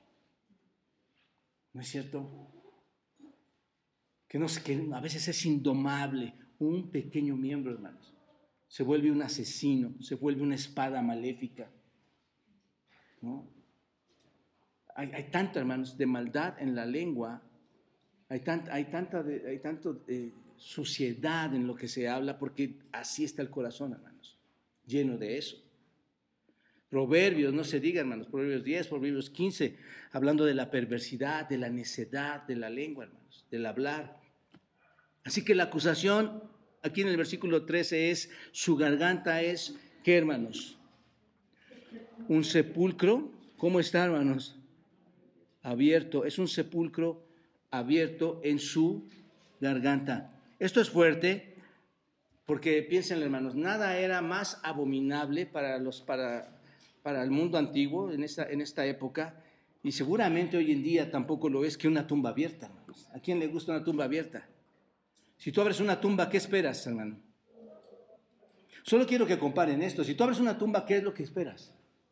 ¿No es cierto? Que, no, que a veces es indomable. Un pequeño miembro, hermanos. Se vuelve un asesino, se vuelve una espada maléfica, ¿no? Hay, hay tanto, hermanos, de maldad en la lengua, hay, tant, hay tanta, de, hay tanto de suciedad en lo que se habla, porque así está el corazón, hermanos, lleno de eso. Proverbios, no se diga, hermanos, Proverbios diez, Proverbios quince, hablando de la perversidad, de la necedad de la lengua, hermanos, del hablar. Así que la acusación aquí en el versículo trece es, su garganta es, ¿qué, hermanos? Un sepulcro ¿Cómo está, hermanos? Abierto. Es un sepulcro abierto en su garganta. Esto es fuerte porque piensen, hermanos, nada era más abominable para, los, para, para el mundo antiguo en esta, en esta época, y seguramente hoy en día tampoco lo es, que una tumba abierta, hermanos. ¿A quién le gusta una tumba abierta? Si tú abres una tumba, ¿qué esperas, hermano? Solo quiero que comparen esto. Si tú abres una tumba, ¿qué es lo que esperas?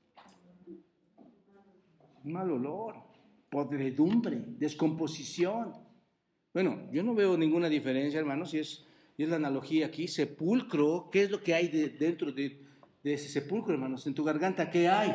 Un mal olor, podredumbre, descomposición. Bueno, yo no veo ninguna diferencia, hermanos, si es, si es la analogía aquí. Sepulcro, ¿qué es lo que hay de, dentro de, de ese sepulcro, hermanos? En tu garganta, ¿qué hay?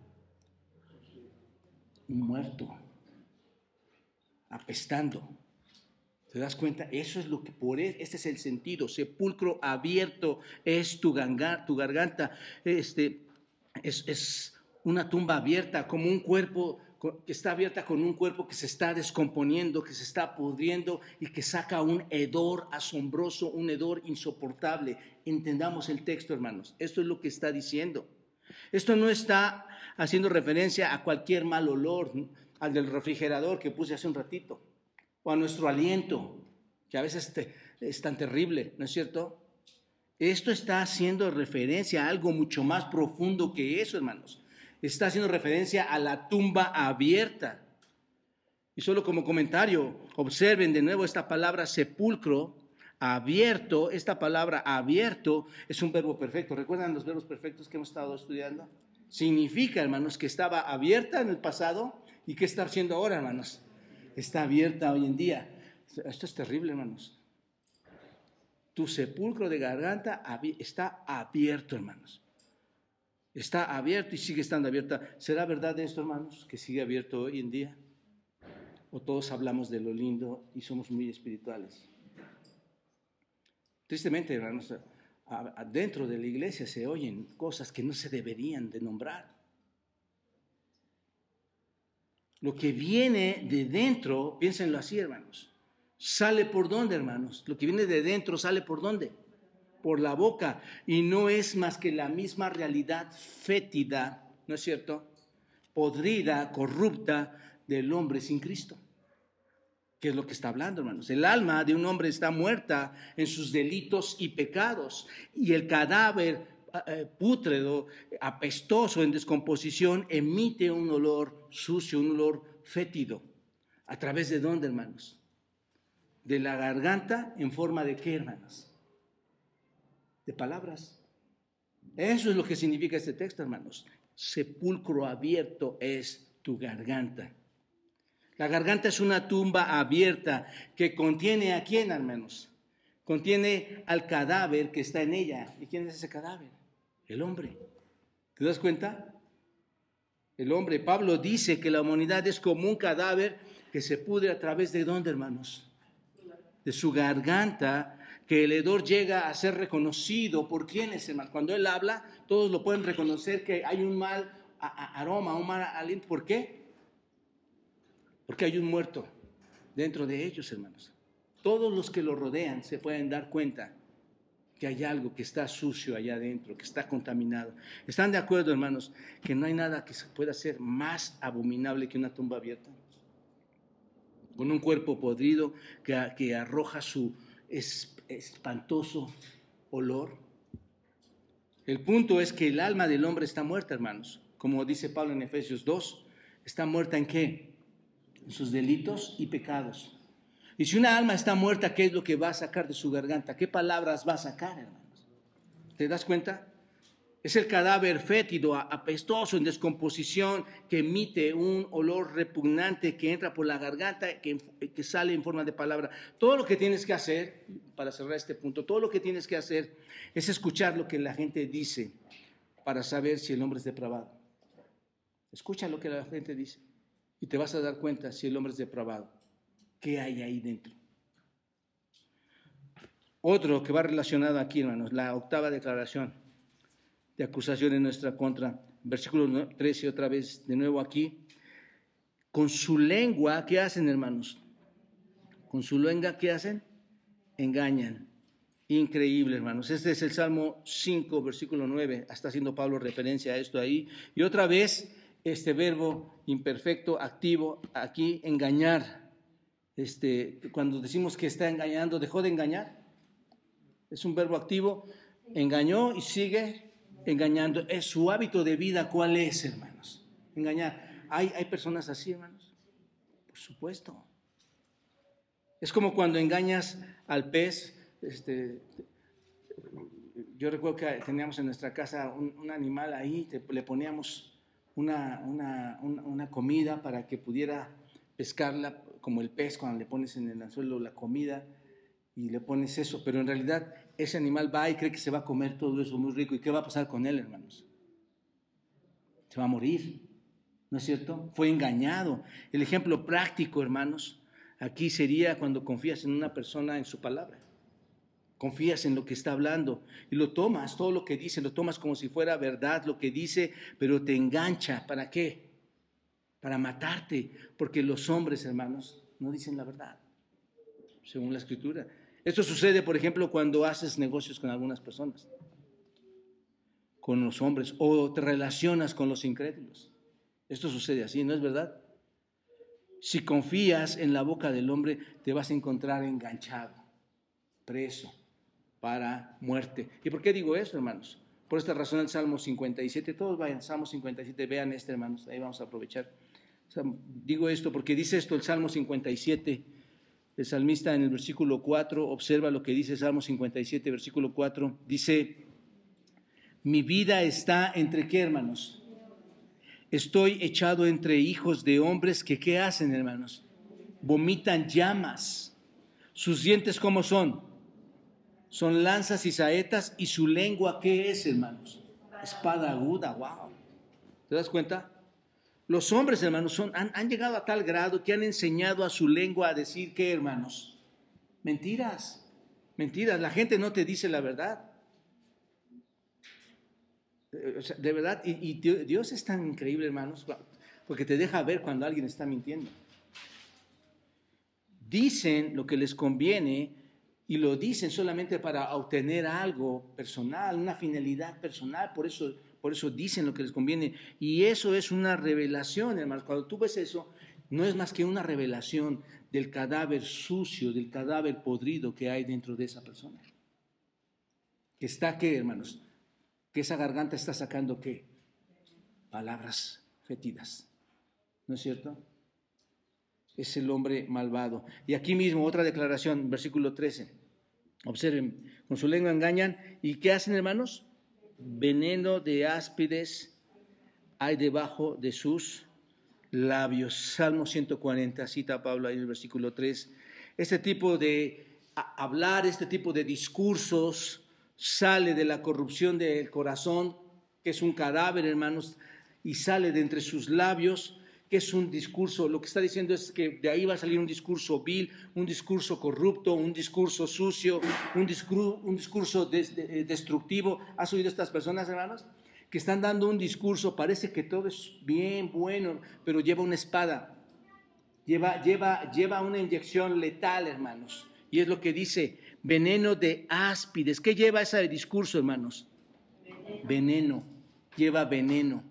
Un muerto, apestando. ¿Te das cuenta? Eso es lo que, por este es el sentido. Sepulcro abierto es tu, ganga, tu garganta. Este, es, es una tumba abierta, como un cuerpo que está abierta con un cuerpo que se está descomponiendo, que se está pudriendo y que saca un hedor asombroso, un hedor insoportable. Entendamos el texto, hermanos. Esto es lo que está diciendo. Esto no está haciendo referencia a cualquier mal olor, al del refrigerador que puse hace un ratito, o a nuestro aliento, que a veces te, es tan terrible, ¿no es cierto? Esto está haciendo referencia a algo mucho más profundo que eso, hermanos. Está haciendo referencia a la tumba abierta. Y solo como comentario, observen de nuevo esta palabra sepulcro, abierto. Esta palabra abierto es un verbo perfecto. ¿Recuerdan los verbos perfectos que hemos estado estudiando? Significa, hermanos, que estaba abierta en el pasado y que está haciendo ahora, hermanos. Está abierta hoy en día. Esto es terrible, hermanos. Tu sepulcro de garganta está abierto, hermanos. Está abierto y sigue estando abierta. ¿Será verdad esto, hermanos, que sigue abierto hoy en día? ¿O todos hablamos de lo lindo y somos muy espirituales? Tristemente, hermanos, dentro de la iglesia se oyen cosas que no se deberían de nombrar. Lo que viene de dentro, piénsenlo así, hermanos, ¿sale por dónde, hermanos? Lo que viene de dentro sale por dónde. Por la boca, y no es más que la misma realidad fétida, ¿no es cierto?, podrida, corrupta del hombre sin Cristo. ¿Qué es lo que está hablando, hermanos? El alma de un hombre está muerta en sus delitos y pecados, y el cadáver eh, pútredo, apestoso, en descomposición, emite un olor sucio, un olor fétido. ¿A través de dónde, hermanos? De la garganta, ¿en forma de qué, hermanos? De palabras. Eso es lo que significa este texto, hermanos. Sepulcro abierto es tu garganta. La garganta es una tumba abierta que contiene ¿a quién, hermanos? Contiene al cadáver que está en ella. ¿Y quién es ese cadáver? El hombre. ¿Te das cuenta? El hombre. Pablo dice que la humanidad es como un cadáver que se pudre a través de ¿dónde, hermanos? De su garganta, que el hedor llega a ser reconocido por quienes, hermano. Cuando él habla, todos lo pueden reconocer que hay un mal aroma, un mal aliento. ¿Por qué? Porque hay un muerto dentro de ellos, hermanos. Todos los que lo rodean se pueden dar cuenta que hay algo que está sucio allá adentro, que está contaminado. ¿Están de acuerdo, hermanos, que no hay nada que se pueda hacer más abominable que una tumba abierta? Con un cuerpo podrido que, que arroja su es, espantoso olor. El punto es que el alma del hombre está muerta, hermanos. Como dice Pablo en Efesios dos, ¿está muerta en qué? En sus delitos y pecados. Y si una alma está muerta, ¿qué es lo que va a sacar de su garganta? ¿Qué palabras va a sacar, hermanos? ¿Te das cuenta? Es el cadáver fétido, apestoso, en descomposición, que emite un olor repugnante que entra por la garganta, que, que sale en forma de palabra. Todo lo que tienes que hacer, para cerrar este punto, todo lo que tienes que hacer es escuchar lo que la gente dice para saber si el hombre es depravado. Escucha lo que la gente dice y te vas a dar cuenta si el hombre es depravado. ¿Qué hay ahí dentro? Otro que va relacionado aquí, hermanos, la octava declaración de acusación en nuestra contra, versículo trece, otra vez, de nuevo aquí. Con su lengua, ¿qué hacen, hermanos? Con su lengua, ¿qué hacen? Engañan. Increíble, hermanos. Este es el Salmo cinco, versículo nueve. Está haciendo Pablo referencia a esto ahí. Y otra vez, este verbo imperfecto, activo, aquí engañar. Este, cuando decimos que está engañando, ¿dejó de engañar? Es un verbo activo, engañó y sigue engañando. Es su hábito de vida, ¿cuál es, hermanos? Engañar. ¿Hay, hay personas así, hermanos? Por supuesto. Es como cuando engañas al pez. Este, yo recuerdo que teníamos en nuestra casa un, un animal ahí, te, le poníamos una, una, una, una comida para que pudiera pescarla, como el pez cuando le pones en el anzuelo la comida y le pones eso, pero en realidad ese animal va y cree que se va a comer todo eso muy rico. ¿Y qué va a pasar con él, hermanos? Se va a morir, ¿no es cierto? Fue engañado. El ejemplo práctico, hermanos, aquí sería cuando confías en una persona, en su palabra. Confías en lo que está hablando y lo tomas, todo lo que dice, lo tomas como si fuera verdad lo que dice, pero te engancha. ¿Para qué? Para matarte, porque los hombres, hermanos, no dicen la verdad, según la Escritura. Esto sucede, por ejemplo, cuando haces negocios con algunas personas, con los hombres, o te relacionas con los incrédulos. Esto sucede así, ¿no es verdad? Si confías en la boca del hombre, te vas a encontrar enganchado, preso, para muerte. ¿Y por qué digo esto, hermanos? Por esta razón el Salmo cincuenta y siete, todos vayan, Salmo cincuenta y siete, vean este, hermanos, ahí vamos a aprovechar. O sea, digo esto porque dice esto el Salmo cincuenta y siete, el salmista en el versículo cuatro, observa lo que dice Salmo cincuenta y siete, versículo cuatro, dice, mi vida está entre qué, hermanos? Estoy echado entre hijos de hombres que, ¿qué hacen, hermanos? Vomitan llamas. Sus dientes, ¿cómo son? Son lanzas y saetas, y su lengua, ¿qué es, hermanos? Espada aguda, wow. ¿Te das cuenta? Los hombres, hermanos, son, han, han llegado a tal grado que han enseñado a su lengua a decir, ¿qué, hermanos? Mentiras, mentiras. La gente no te dice la verdad. O sea, de verdad, y, y Dios es tan increíble, hermanos, porque te deja ver cuando alguien está mintiendo. Dicen lo que les conviene y lo dicen solamente para obtener algo personal, una finalidad personal, por eso, por eso dicen lo que les conviene. Y eso es una revelación, hermanos. Cuando tú ves eso, no es más que una revelación del cadáver sucio, del cadáver podrido que hay dentro de esa persona. Que está, ¿qué, hermanos? Que esa garganta está sacando, ¿qué? Palabras fétidas, ¿no es cierto? Es el hombre malvado. Y aquí mismo otra declaración, versículo trece. Observen, con su lengua engañan. ¿Y qué hacen, hermanos? Veneno de áspides hay debajo de sus labios. Salmo ciento cuarenta, cita Pablo ahí en el versículo tres. Este tipo de hablar, este tipo de discursos sale de la corrupción del corazón, que es un cadáver, hermanos, y sale de entre sus labios, que es un discurso. Lo que está diciendo es que de ahí va a salir un discurso vil, un discurso corrupto, un discurso sucio, un discurso, un discurso des, de, destructivo. ¿Has oído estas personas, hermanos? Que están dando un discurso, parece que todo es bien, bueno, pero lleva una espada, lleva, lleva, lleva una inyección letal, hermanos. Y es lo que dice, veneno de áspides. ¿Qué lleva ese discurso, hermanos? Veneno. Veneno, lleva veneno.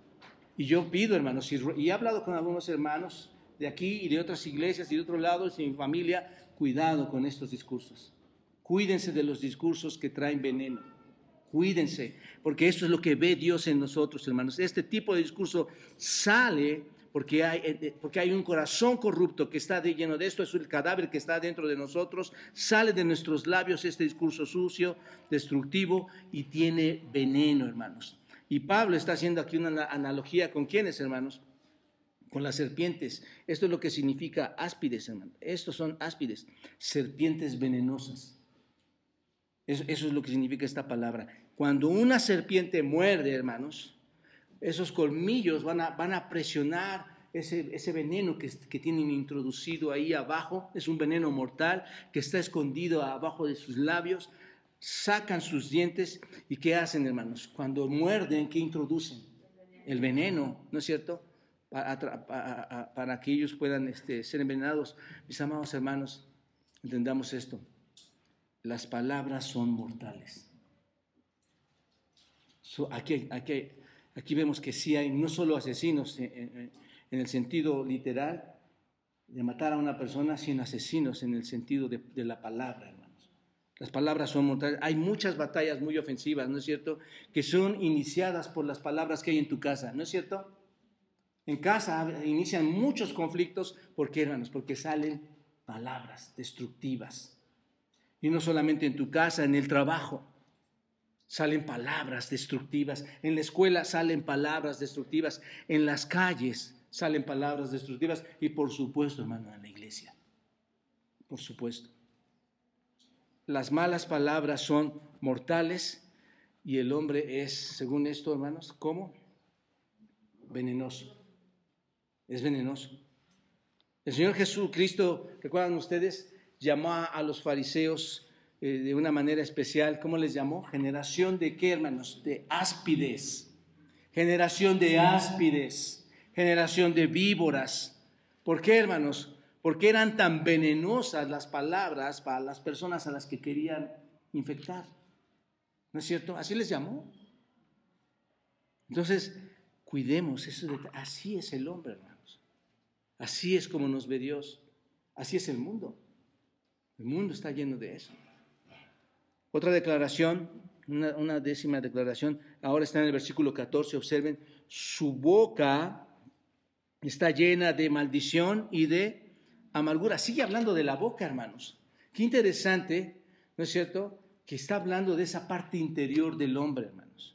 Y yo pido, hermanos, y, y he hablado con algunos hermanos de aquí y de otras iglesias y de otros lados y mi familia, cuidado con estos discursos. Cuídense de los discursos que traen veneno. Cuídense, porque esto es lo que ve Dios en nosotros, hermanos. Este tipo de discurso sale porque hay, porque hay un corazón corrupto que está de, lleno de esto, es el cadáver que está dentro de nosotros, sale de nuestros labios este discurso sucio, destructivo y tiene veneno, hermanos. Y Pablo está haciendo aquí una analogía con ¿quiénes, hermanos? Con las serpientes. Esto es lo que significa áspides, hermanos. Estos son áspides, serpientes venenosas. Eso, eso es lo que significa esta palabra. Cuando una serpiente muerde, hermanos, esos colmillos van a, van a presionar ese, ese veneno que, que tienen introducido ahí abajo. Es un veneno mortal que está escondido abajo de sus labios. Sacan sus dientes y ¿qué hacen, hermanos? Cuando muerden, ¿qué introducen? El veneno, ¿no es cierto? Para, para, para que ellos puedan este, ser envenenados. Mis amados hermanos, entendamos esto. Las palabras son mortales. So, aquí, aquí, Aquí vemos que sí hay no solo asesinos en, en, en el sentido literal de matar a una persona, sino asesinos en el sentido de, de la palabra, hermanos. Las palabras son mortales. Hay muchas batallas muy ofensivas, ¿no es cierto?, que son iniciadas por las palabras que hay en tu casa, ¿no es cierto? En casa inician muchos conflictos. ¿Por qué, hermanos? Porque salen palabras destructivas. Y no solamente en tu casa, en el trabajo salen palabras destructivas, en la escuela salen palabras destructivas, en las calles salen palabras destructivas y por supuesto, hermano, en la iglesia. Por supuesto. Las malas palabras son mortales y el hombre es, según esto, hermanos, ¿cómo? Venenoso. Es venenoso. El Señor Jesucristo, ¿recuerdan ustedes? Llamó a los fariseos eh, de una manera especial. ¿Cómo les llamó? Generación de ¿qué, hermanos? De áspides. Generación de áspides. Generación de víboras. ¿Por qué, hermanos? Porque eran tan venenosas las palabras para las personas a las que querían infectar. ¿No es cierto? Así les llamó. Entonces, cuidemos eso. De, así es el hombre, hermanos. Así es como nos ve Dios. Así es el mundo. El mundo está lleno de eso. Otra declaración, una, una décima declaración, ahora está en el versículo catorce, observen, su boca está llena de maldición y de amargura. Sigue hablando de la boca, hermanos. Qué interesante, ¿no es cierto?, que está hablando de esa parte interior del hombre, hermanos.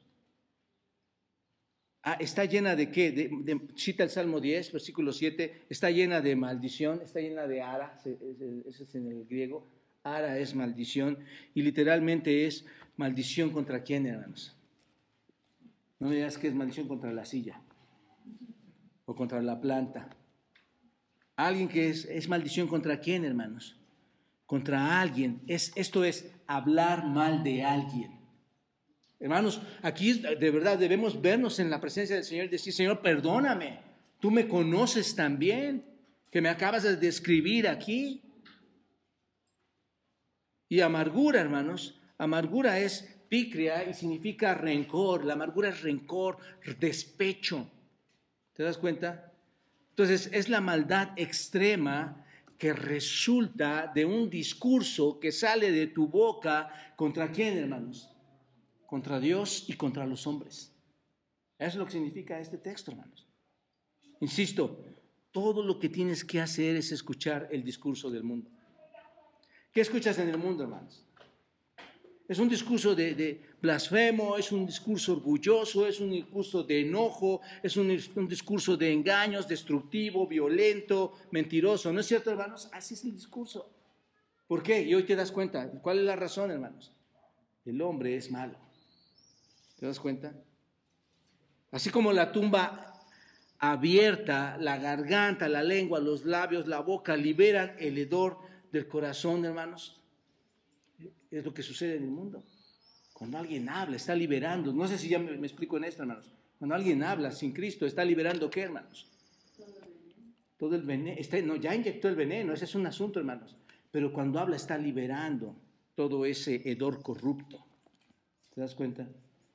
Ah, ¿está llena de qué? De, de, cita el Salmo diez, versículo siete, está llena de maldición, está llena de ara, ese es en el griego, ara es maldición, y literalmente es maldición contra quién, hermanos. No me digas que es maldición contra la silla, o contra la planta. Alguien que es, es maldición contra quién, hermanos. Contra alguien, es, esto es hablar mal de alguien. Hermanos, aquí de verdad debemos vernos en la presencia del Señor y decir, Señor, perdóname, tú me conoces también, que me acabas de describir aquí. Y amargura, hermanos, amargura es picria y significa rencor, la amargura es rencor, despecho. ¿Te das cuenta? Entonces, es la maldad extrema que resulta de un discurso que sale de tu boca, ¿contra quién, hermanos? Contra Dios y contra los hombres. Eso es lo que significa este texto, hermanos. Insisto, todo lo que tienes que hacer es escuchar el discurso del mundo. ¿Qué escuchas en el mundo, hermanos? Es un discurso de, de blasfemo, es un discurso orgulloso, es un discurso de enojo, es un, un discurso de engaños, destructivo, violento, mentiroso. ¿No es cierto, hermanos? Así es el discurso. ¿Por qué? Y hoy te das cuenta. ¿Cuál es la razón, hermanos? El hombre es malo. ¿Te das cuenta? Así como la tumba abierta, la garganta, la lengua, los labios, la boca liberan el hedor del corazón, hermanos. Es lo que sucede en el mundo. Cuando alguien habla, está liberando. No sé si ya me, me explico en esto, hermanos. Cuando alguien habla sin Cristo, ¿está liberando qué, hermanos? Todo el veneno. Está, no, ya inyectó el veneno, ese es un asunto, hermanos. Pero cuando habla, está liberando todo ese hedor corrupto. ¿Te das cuenta?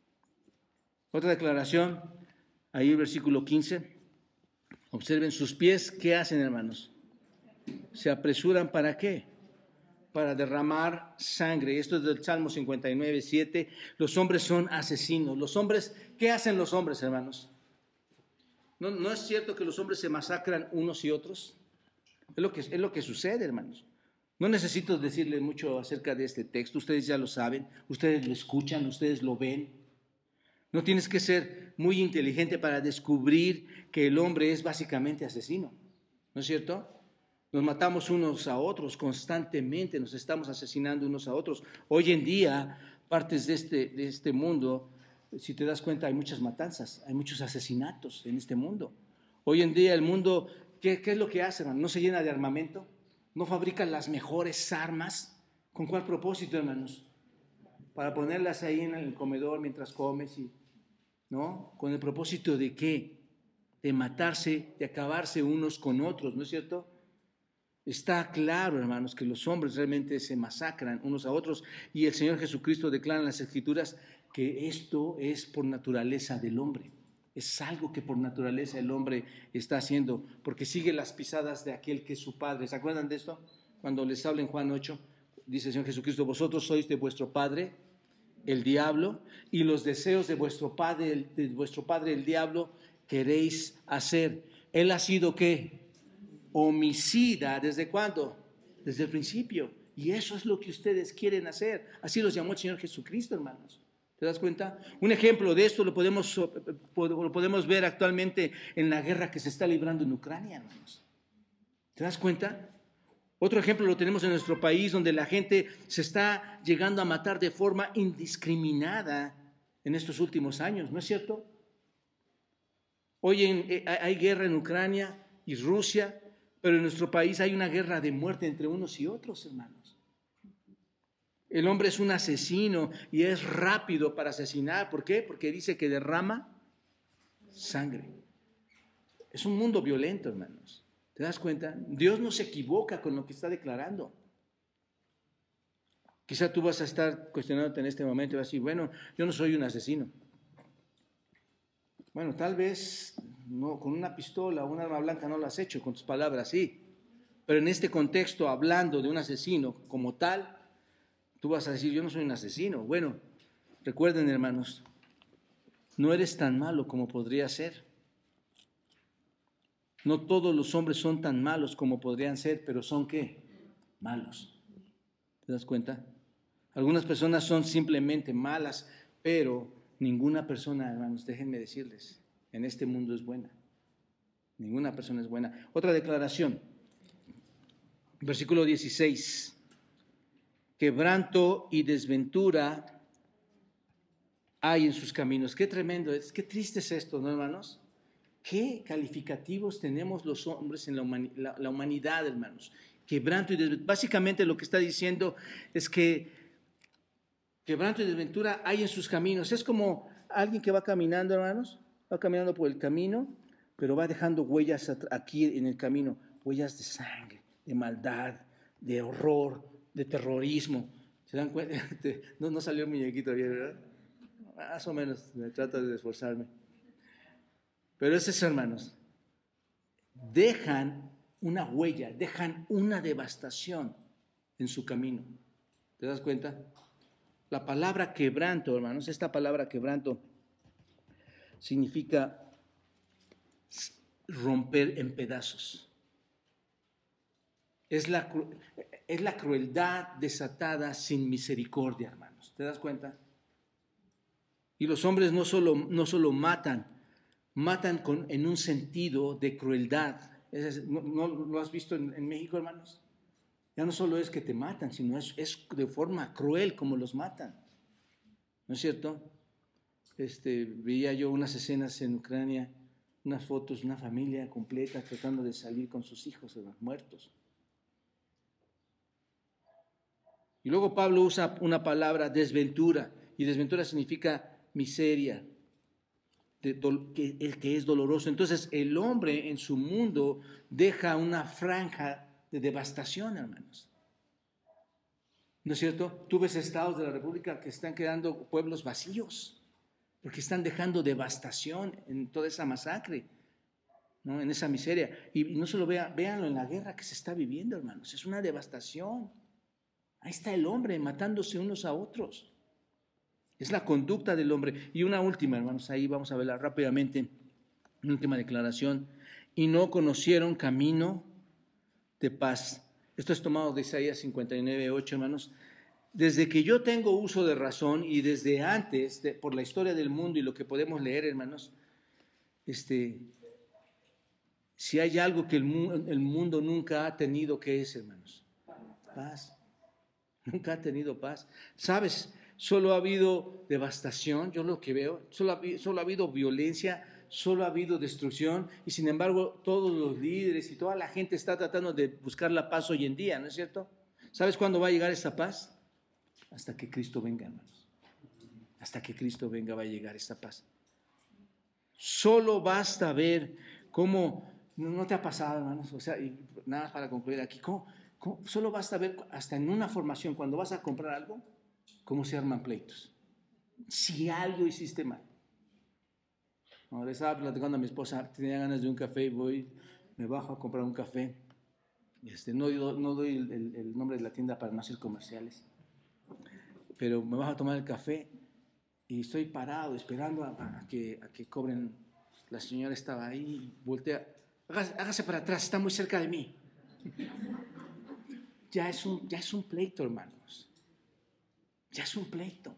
Otra declaración, ahí el versículo quince. Observen sus pies, ¿qué hacen, hermanos? Se apresuran ¿para qué? Para derramar sangre. Esto es del Salmo cincuenta y nueve, siete. Los hombres son asesinos. Los hombres, ¿qué hacen los hombres, hermanos? ¿No, no es cierto que los hombres se masacran unos y otros? Es lo que, es lo que sucede, hermanos. No necesito decirles mucho acerca de este texto. Ustedes ya lo saben. Ustedes lo escuchan, ustedes lo ven. No tienes que ser muy inteligente para descubrir que el hombre es básicamente asesino. ¿No es cierto? Nos matamos unos a otros constantemente, nos estamos asesinando unos a otros. Hoy en día, partes de este, de este mundo, si te das cuenta, hay muchas matanzas, hay muchos asesinatos en este mundo. Hoy en día el mundo, ¿qué, qué es lo que hace, hermano? ¿No se llena de armamento? ¿No fabrica las mejores armas? ¿Con cuál propósito, hermanos? Para ponerlas ahí en el comedor mientras comes, y, ¿no? ¿Con el propósito de qué? De matarse, de acabarse unos con otros, ¿no es cierto? Está claro, hermanos, que los hombres realmente se masacran unos a otros, y el Señor Jesucristo declara en las Escrituras que esto es por naturaleza del hombre. Es algo que por naturaleza el hombre está haciendo, porque sigue las pisadas de aquel que es su padre. ¿Se acuerdan de esto? Cuando les habla en Juan ocho, dice el Señor Jesucristo, vosotros sois de vuestro padre, el diablo, y los deseos de vuestro padre, de vuestro padre, el diablo, queréis hacer. Él ha sido, ¿qué? Homicida. ¿Desde cuándo? Desde el principio. Y eso es lo que ustedes quieren hacer. Así los llamó el Señor Jesucristo, hermanos. ¿Te das cuenta? Un ejemplo de esto lo podemos, lo podemos ver actualmente en la guerra que se está librando en Ucrania, hermanos. ¿Te das cuenta? Otro ejemplo lo tenemos en nuestro país, donde la gente se está llegando a matar de forma indiscriminada en estos últimos años, ¿no es cierto? Hoy en, hay guerra en Ucrania y Rusia, pero en nuestro país hay una guerra de muerte entre unos y otros, hermanos. El hombre es un asesino y es rápido para asesinar. ¿Por qué? Porque dice que derrama sangre. Es un mundo violento, hermanos. ¿Te das cuenta? Dios no se equivoca con lo que está declarando. Quizá tú vas a estar cuestionándote en este momento y vas a decir, bueno, yo no soy un asesino. Bueno, tal vez no, con una pistola o un arma blanca no lo has hecho, con tus palabras sí. Pero en este contexto, hablando de un asesino como tal, tú vas a decir, yo no soy un asesino. Bueno, recuerden, hermanos, no eres tan malo como podría ser. No todos los hombres son tan malos como podrían ser, pero son ¿qué? Malos. ¿Te das cuenta? Algunas personas son simplemente malas, pero ninguna persona, hermanos, déjenme decirles, en este mundo es buena. Ninguna persona es buena. Otra declaración, versículo dieciséis. Quebranto y desventura hay en sus caminos. Qué tremendo es, qué triste es esto, ¿no, hermanos? ¿Qué calificativos tenemos los hombres en la, humani- la, la humanidad, hermanos? Quebranto y desventura. Básicamente lo que está diciendo es que quebranto y desventura hay en sus caminos. Es como alguien que va caminando, hermanos, va caminando por el camino, pero va dejando huellas aquí en el camino, huellas de sangre, de maldad, de horror, de terrorismo. ¿Se dan cuenta? No, no salió el muñequito bien, ¿verdad? Más o menos, me trato de esforzarme. Pero es eso, hermanos. Dejan una huella, dejan una devastación en su camino. ¿Te das cuenta? La palabra quebranto, hermanos, esta palabra quebranto significa romper en pedazos. Es la, es la crueldad desatada sin misericordia, hermanos. ¿Te das cuenta? Y los hombres no solo, no solo matan, matan con, en un sentido de crueldad. Es, ¿no, no lo has visto en, en México, hermanos? Ya no solo es que te matan, sino es, es de forma cruel como los matan. ¿No es cierto? Este, veía yo unas escenas en Ucrania, unas fotos de una familia completa tratando de salir con sus hijos muertos. Y luego Pablo usa una palabra, desventura, y desventura significa miseria, de do, que, el que es doloroso. Entonces el hombre en su mundo deja una franja de devastación, hermanos. ¿No es cierto? Tú ves estados de la República que están quedando pueblos vacíos, porque están dejando devastación en toda esa masacre, ¿no? En esa miseria. Y, y no solo vean, véanlo en la guerra que se está viviendo, hermanos. Es una devastación. Ahí está el hombre matándose unos a otros. Es la conducta del hombre. Y una última, hermanos, ahí vamos a verla rápidamente, una última declaración. Y no conocieron camino de paz. Esto es tomado de Isaías cincuenta y nueve, ocho, hermanos. Desde que yo tengo uso de razón y desde antes, de, por la historia del mundo y lo que podemos leer, hermanos, este, si hay algo que el, mu el mundo nunca ha tenido, ¿qué es, hermanos? Paz. Nunca ha tenido paz. ¿Sabes? Solo ha habido devastación, yo lo que veo, solo ha, solo ha habido violencia, solo ha habido destrucción, y sin embargo todos los líderes y toda la gente está tratando de buscar la paz hoy en día, ¿no es cierto? ¿Sabes cuándo va a llegar esta paz? Hasta que Cristo venga, hermanos. Hasta que Cristo venga va a llegar esta paz. Solo basta ver cómo, no, no te ha pasado, hermanos, o sea, y nada más para concluir aquí, ¿cómo? ¿Cómo? Solo basta ver hasta en una formación, cuando vas a comprar algo, cómo se arman pleitos. Si algo hiciste mal. No, le estaba platicando a mi esposa, tenía ganas de un café y voy, me bajo a comprar un café. Este, no, no doy el, el, el nombre de la tienda para no hacer comerciales, pero me bajo a tomar el café y estoy parado esperando a, a, que, a que cobren. La señora estaba ahí, voltea, hágase, hágase para atrás, está muy cerca de mí. Ya es un, ya es un pleito, hermanos. Ya es un pleito.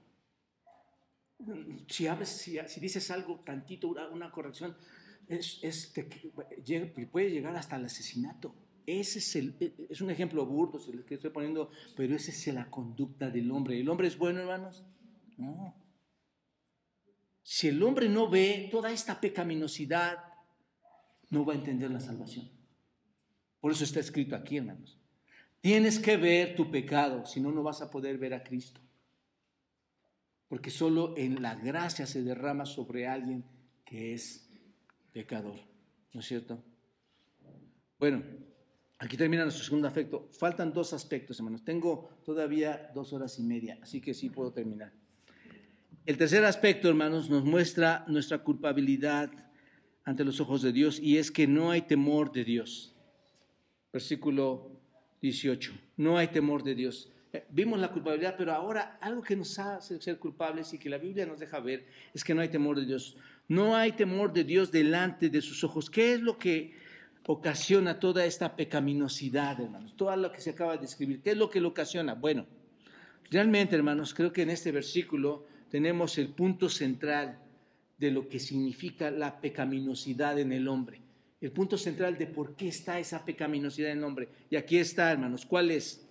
Si, hablas, si, si dices algo tantito, una, una corrección, es, es te, puede llegar hasta el asesinato. Ese es, el, es un ejemplo burdo el que estoy poniendo, pero esa es la conducta del hombre. ¿El hombre es bueno, hermanos? No. Si el hombre no ve toda esta pecaminosidad, no va a entender la salvación. Por eso está escrito aquí, hermanos. Tienes que ver tu pecado, si no, no vas a poder ver a Cristo. Porque solo en la gracia se derrama sobre alguien que es pecador. ¿No es cierto? Bueno, aquí termina nuestro segundo aspecto. Faltan dos aspectos, hermanos. Tengo todavía dos horas y media, así que sí puedo terminar. El tercer aspecto, hermanos, nos muestra nuestra culpabilidad ante los ojos de Dios, y es que no hay temor de Dios. Versículo dieciocho. No hay temor de Dios. Eh, vimos la culpabilidad, pero ahora algo que nos hace ser culpables y que la Biblia nos deja ver es que no hay temor de Dios. No hay temor de Dios delante de sus ojos. ¿Qué es lo que ocasiona toda esta pecaminosidad, hermanos? Todo lo que se acaba de describir. ¿Qué es lo que lo ocasiona? Bueno, realmente, hermanos, creo que en este versículo tenemos el punto central de lo que significa la pecaminosidad en el hombre. El punto central de por qué está esa pecaminosidad en el hombre. Y aquí está, hermanos. ¿Cuál es?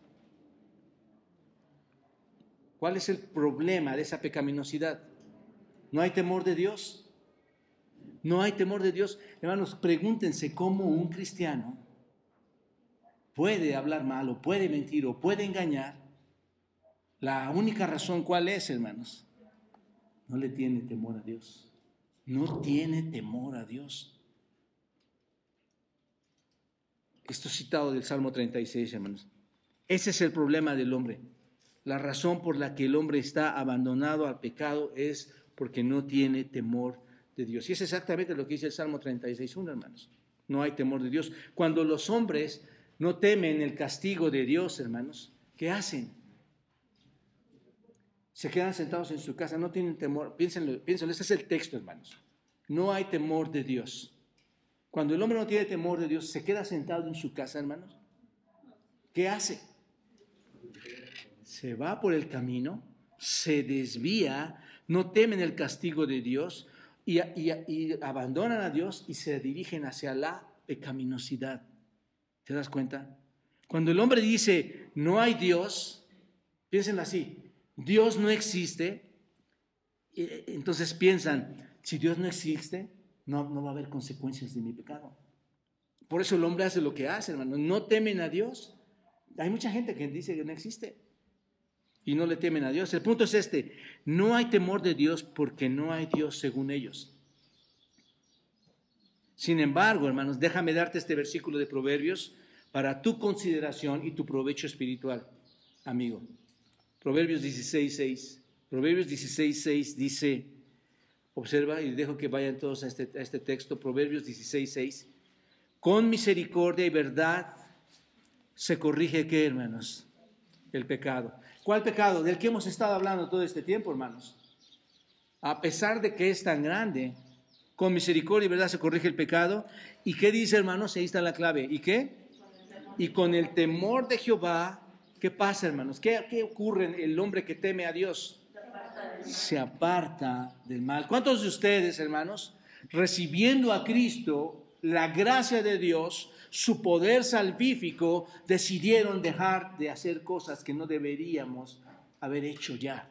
¿Cuál es el problema de esa pecaminosidad? ¿No hay temor de Dios? No hay temor de Dios. Hermanos, pregúntense cómo un cristiano puede hablar mal o puede mentir o puede engañar. La única razón, ¿cuál es, hermanos? No le tiene temor a Dios. No tiene temor a Dios. Esto es citado del Salmo treinta y seis, hermanos. Ese es el problema del hombre. La razón por la que el hombre está abandonado al pecado es porque no tiene temor de Dios. Y es exactamente lo que dice el Salmo treinta y seis, uno, hermanos. No hay temor de Dios. Cuando los hombres no temen el castigo de Dios, hermanos, ¿qué hacen? Se quedan sentados en su casa, no tienen temor. Piénsenlo, piénsenlo, ese es el texto, hermanos. No hay temor de Dios. Cuando el hombre no tiene temor de Dios, se queda sentado en su casa, hermanos. ¿Qué hace? Se va por el camino, se desvía, no temen el castigo de Dios y, y, y abandonan a Dios y se dirigen hacia la pecaminosidad. ¿Te das cuenta? Cuando el hombre dice, no hay Dios, piénsenlo así. Dios no existe, entonces piensan, si Dios no existe, no, no va a haber consecuencias de mi pecado. Por eso el hombre hace lo que hace, hermano, no temen a Dios. Hay mucha gente que dice que no existe y no le temen a Dios. El punto es este, no hay temor de Dios porque no hay Dios según ellos. Sin embargo, hermanos, déjame darte este versículo de Proverbios para tu consideración y tu provecho espiritual, amigo. Proverbios dieciséis seis. Proverbios dieciséis seis dice, observa y dejo que vayan todos a este, a este texto, Proverbios dieciséis seis. Con misericordia y verdad se corrige, ¿qué, hermanos? El pecado. ¿Cuál pecado? Del que hemos estado hablando todo este tiempo, hermanos. A pesar de que es tan grande, con misericordia y verdad se corrige el pecado. ¿Y qué dice, hermanos? Ahí está la clave. ¿Y qué? Y con el temor de Jehová, ¿qué pasa, hermanos? ¿Qué, qué ocurre en el hombre que teme a Dios? Se aparta del mal. ¿Cuántos de ustedes, hermanos, recibiendo a Cristo, la gracia de Dios, su poder salvífico, decidieron dejar de hacer cosas que no deberíamos haber hecho ya?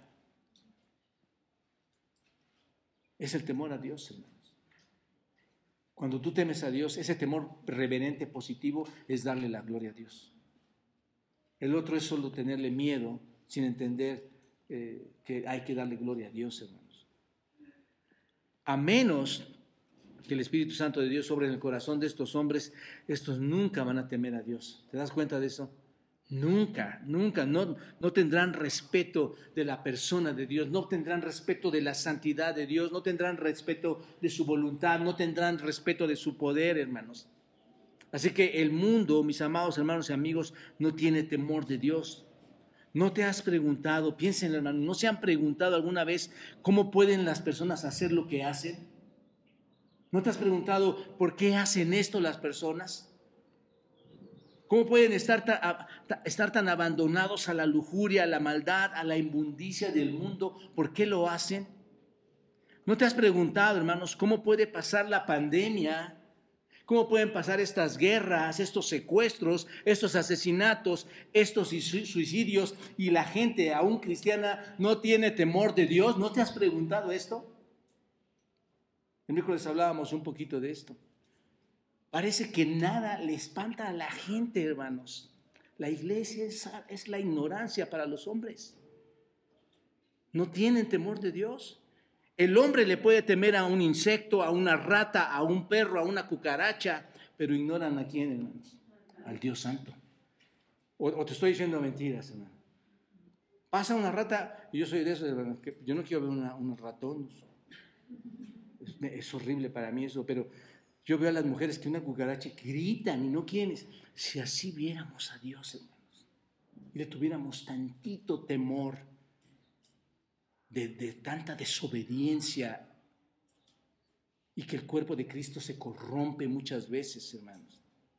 Es el temor a Dios, hermanos. Cuando tú temes a Dios, ese temor reverente, positivo, es darle la gloria a Dios. El otro es solo tenerle miedo, sin entender eh, que hay que darle gloria a Dios, hermanos. A menos que el Espíritu Santo de Dios sobre en el corazón de estos hombres, estos nunca van a temer a Dios. ¿Te das cuenta de eso? Nunca, nunca, no, no tendrán respeto de la persona de Dios, no tendrán respeto de la santidad de Dios, no tendrán respeto de su voluntad, no tendrán respeto de su poder, hermanos. Así que el mundo, mis amados hermanos y amigos, no tiene temor de Dios. ¿No te has preguntado, piensen hermanos, no se han preguntado alguna vez cómo pueden las personas hacer lo que hacen? ¿No te has preguntado por qué hacen esto las personas? ¿Cómo pueden estar tan, estar tan abandonados a la lujuria, a la maldad, a la inmundicia del mundo? ¿Por qué lo hacen? ¿No te has preguntado, hermanos, cómo puede pasar la pandemia? ¿Cómo pueden pasar estas guerras, estos secuestros, estos asesinatos, estos suicidios y la gente, aún cristiana, no tiene temor de Dios? ¿No te has preguntado esto? El miércoles hablábamos un poquito de esto. Parece que nada le espanta a la gente, hermanos. La iglesia es, es la ignorancia para los hombres. No tienen temor de Dios. El hombre le puede temer a un insecto, a una rata, a un perro, a una cucaracha, pero ignoran a quién, hermanos, al Dios Santo. O, o te estoy diciendo mentiras, hermano. Pasa una rata, y yo soy de esos, hermano, que yo no quiero ver una, unos ratones. Es, es horrible para mí eso, pero yo veo a las mujeres que una cucaracha gritan y no quieren. Si así viéramos a Dios, hermanos, y le tuviéramos tantito temor de, de tanta desobediencia y que el cuerpo de Cristo se corrompe muchas veces, hermanos.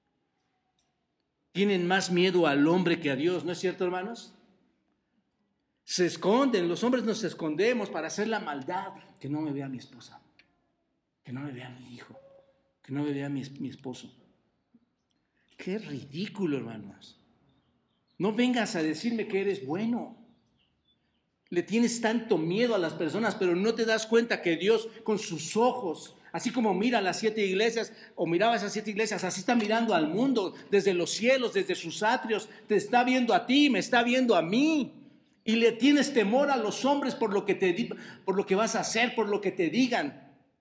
Tienen más miedo al hombre que a Dios, ¿no es cierto, hermanos? Se esconden, los hombres nos escondemos para hacer la maldad. Que no me vea mi esposa, que no me vea mi hijo, que no me vea mi, mi esposo. Qué ridículo, hermanos. No vengas a decirme que eres bueno. Le tienes tanto miedo a las personas, pero no te das cuenta que Dios con sus ojos, así como mira las siete iglesias, o miraba esas siete iglesias, así está mirando al mundo, desde los cielos, desde sus atrios, te está viendo a ti, me está viendo a mí. Y le tienes temor a los hombres por lo que te, por lo que vas a hacer, por lo que te digan.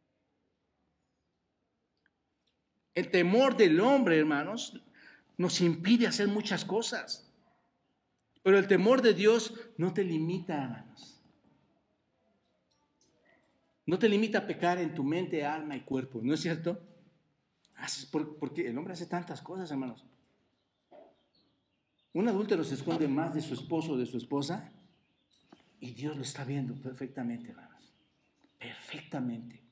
El temor del hombre, hermanos, nos impide hacer muchas cosas. Pero el temor de Dios no te limita, hermanos. No te limita a pecar en tu mente, alma y cuerpo, ¿no es cierto? Porque el hombre hace tantas cosas, hermanos. Un adúltero se esconde más de su esposo o de su esposa y Dios lo está viendo perfectamente, hermanos. Perfectamente.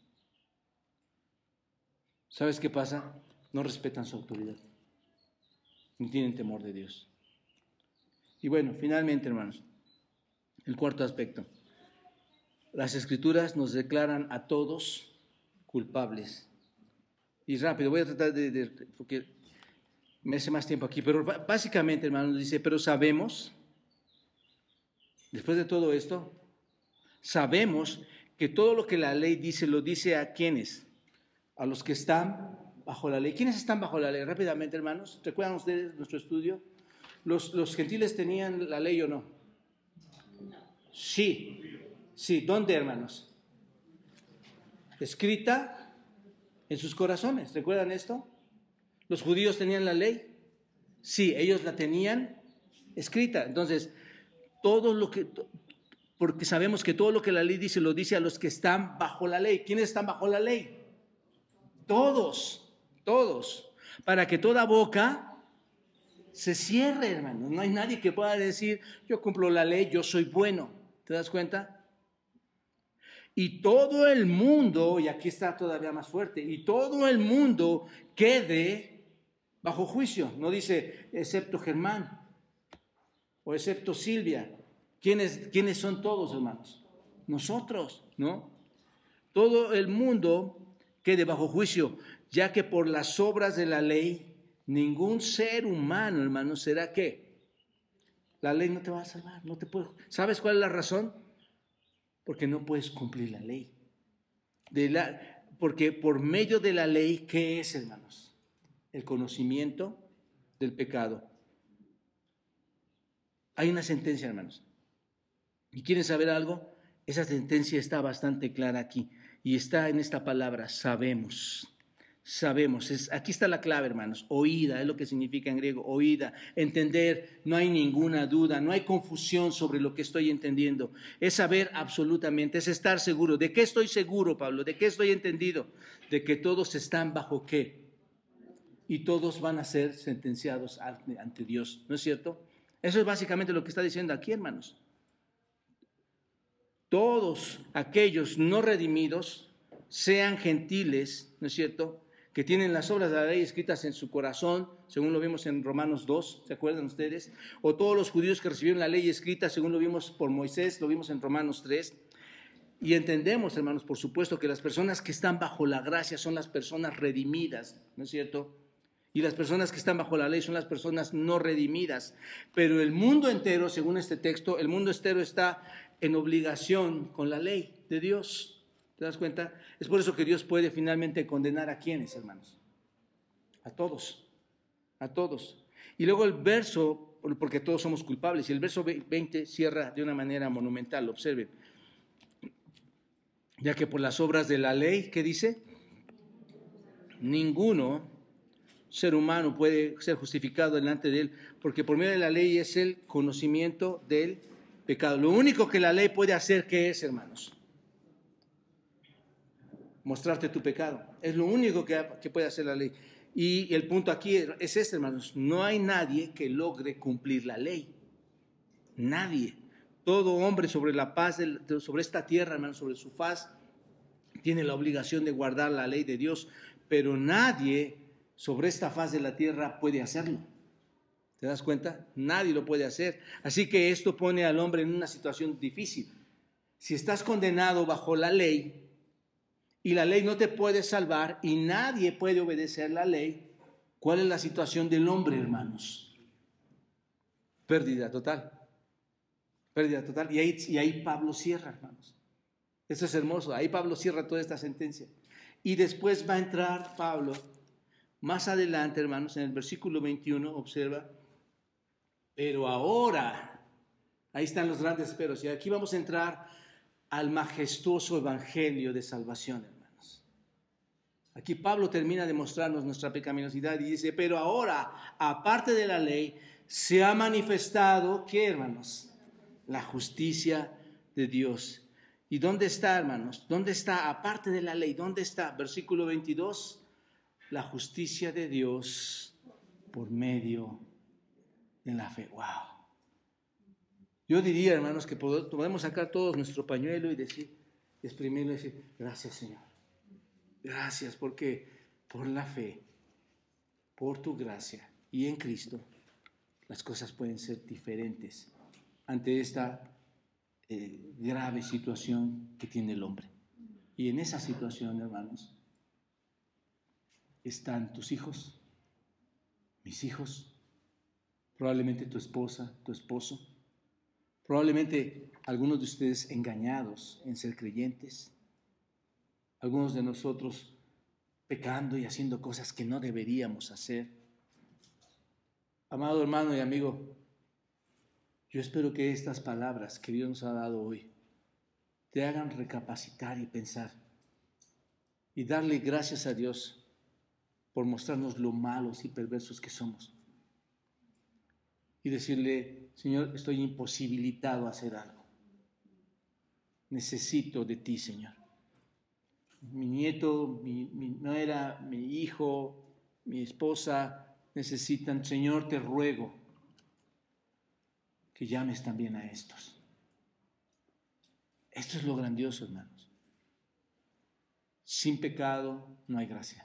¿Sabes qué pasa? No respetan su autoridad. No tienen temor de Dios. Y bueno, finalmente, hermanos, el cuarto aspecto. Las Escrituras nos declaran a todos culpables. Y rápido, voy a tratar de, de porque me hace más tiempo aquí, pero básicamente, hermanos, dice, pero sabemos, después de todo esto, sabemos que todo lo que la ley dice, lo dice a ¿quiénes? A los que están bajo la ley. ¿Quiénes están bajo la ley? Rápidamente, hermanos, ¿recuerdan ustedes nuestro estudio? ¿Los, los gentiles tenían la ley o no? Sí, sí. ¿Dónde, hermanos? Escrita en sus corazones. ¿Recuerdan esto? ¿Los judíos tenían la ley? Sí, ellos la tenían escrita. Entonces, todo lo que, porque sabemos que todo lo que la ley dice, lo dice a los que están bajo la ley. ¿Quiénes están bajo la ley? Todos, todos. Para que toda boca se cierre, hermano. No hay nadie que pueda decir, yo cumplo la ley, yo soy bueno. ¿Te das cuenta? Y todo el mundo, y aquí está todavía más fuerte, y todo el mundo quede bajo juicio. No dice, excepto Germán, o excepto Silvia. ¿Quiénes, quiénes son todos, hermanos? Nosotros, ¿no? Todo el mundo quede bajo juicio, ya que por las obras de la ley, ningún ser humano, hermano, será ¿qué? La ley no te va a salvar, no te puede. ¿Sabes cuál es la razón? Porque no puedes cumplir la ley. De la, porque por medio de la ley, ¿qué es, hermanos? El conocimiento del pecado. Hay una sentencia, hermanos. ¿Y quieren saber algo? Esa sentencia está bastante clara aquí. Y está en esta palabra, sabemos. sabemos, es, aquí está la clave, hermanos, oída, es lo que significa en griego, oída, entender, no hay ninguna duda, no hay confusión sobre lo que estoy entendiendo, es saber absolutamente, es estar seguro. ¿De qué estoy seguro, Pablo? ¿De qué estoy entendido? De que todos están bajo qué, y todos van a ser sentenciados ante Dios, ¿no es cierto? Eso es básicamente lo que está diciendo aquí, hermanos. Todos aquellos no redimidos, sean gentiles, ¿no es cierto?, que tienen las obras de la ley escritas en su corazón, según lo vimos en Romanos dos, ¿se acuerdan ustedes? O todos los judíos que recibieron la ley escrita, según lo vimos por Moisés, lo vimos en Romanos tres. Y entendemos, hermanos, por supuesto, que las personas que están bajo la gracia son las personas redimidas, ¿no es cierto? Y las personas que están bajo la ley son las personas no redimidas. Pero el mundo entero, según este texto, el mundo entero está en obligación con la ley de Dios. ¿Te das cuenta? Es por eso que Dios puede finalmente condenar a quienes, hermanos. A todos, a todos. Y luego el verso, porque todos somos culpables, y el verso veinte cierra de una manera monumental, observen. Ya que por las obras de la ley, ¿qué dice? Ninguno ser humano puede ser justificado delante de él, porque por medio de la ley es el conocimiento del pecado. Lo único que la ley puede hacer, ¿qué es, hermanos? Mostrarte tu pecado. Es lo único que, que puede hacer la ley. Y el punto aquí es este, hermanos. No hay nadie que logre cumplir la ley. Nadie. Todo hombre sobre la paz, de, sobre esta tierra, hermanos, sobre su faz, tiene la obligación de guardar la ley de Dios. Pero nadie sobre esta faz de la tierra puede hacerlo. ¿Te das cuenta? Nadie lo puede hacer. Así que esto pone al hombre en una situación difícil. Si estás condenado bajo la ley, y la ley no te puede salvar y nadie puede obedecer la ley, ¿cuál es la situación del hombre, hermanos? Pérdida total. Pérdida total. Y ahí, y ahí Pablo cierra, hermanos. Eso es hermoso. Ahí Pablo cierra toda esta sentencia. Y después va a entrar Pablo, más adelante, hermanos, en el versículo veintiuno, observa, pero ahora, ahí están los grandes peros. Y aquí vamos a entrar al majestuoso evangelio de salvación, hermanos. Aquí Pablo termina de mostrarnos nuestra pecaminosidad y dice, pero ahora, aparte de la ley, se ha manifestado, ¿qué, hermanos? La justicia de Dios. ¿Y dónde está, hermanos? ¿Dónde está, aparte de la ley? ¿Dónde está? Versículo veintidós, la justicia de Dios por medio de la fe. ¡Wow! Yo diría, hermanos, que podemos sacar todos nuestro pañuelo y decir, exprimirlo y decir, gracias, Señor. Gracias, porque por la fe, por tu gracia y en Cristo, las cosas pueden ser diferentes ante esta eh, grave situación que tiene el hombre. Y en esa situación, hermanos, están tus hijos, mis hijos, probablemente tu esposa, tu esposo. Probablemente algunos de ustedes engañados en ser creyentes, algunos de nosotros pecando y haciendo cosas que no deberíamos hacer. Amado hermano y amigo, yo espero que estas palabras que Dios nos ha dado hoy te hagan recapacitar y pensar y darle gracias a Dios por mostrarnos lo malos y perversos que somos. Y decirle, Señor, estoy imposibilitado a hacer algo. Necesito de ti, Señor. Mi nieto, mi, mi nuera, mi hijo, mi esposa necesitan, Señor, te ruego que llames también a estos. Esto es lo grandioso, hermanos. Sin pecado no hay gracia.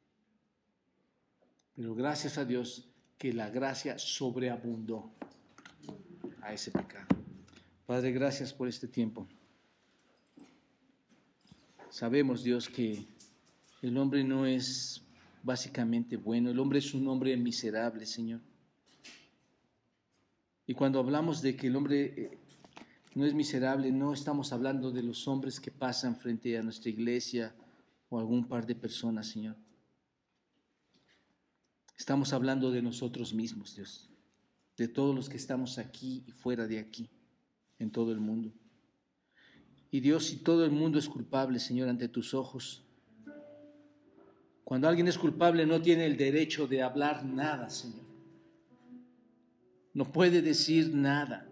Pero gracias a Dios que la gracia sobreabundó a ese pecado. Padre, gracias por este tiempo. Sabemos, Dios, que el hombre no es básicamente bueno, el hombre es un hombre miserable, Señor. Y cuando hablamos de que el hombre no es miserable, no estamos hablando de los hombres que pasan frente a nuestra iglesia o algún par de personas, Señor. Estamos hablando de nosotros mismos, Dios, de todos los que estamos aquí y fuera de aquí, en todo el mundo. Y Dios, si todo el mundo es culpable, Señor, ante tus ojos, Cuando alguien es culpable no tiene el derecho de hablar nada, Señor. No puede decir nada.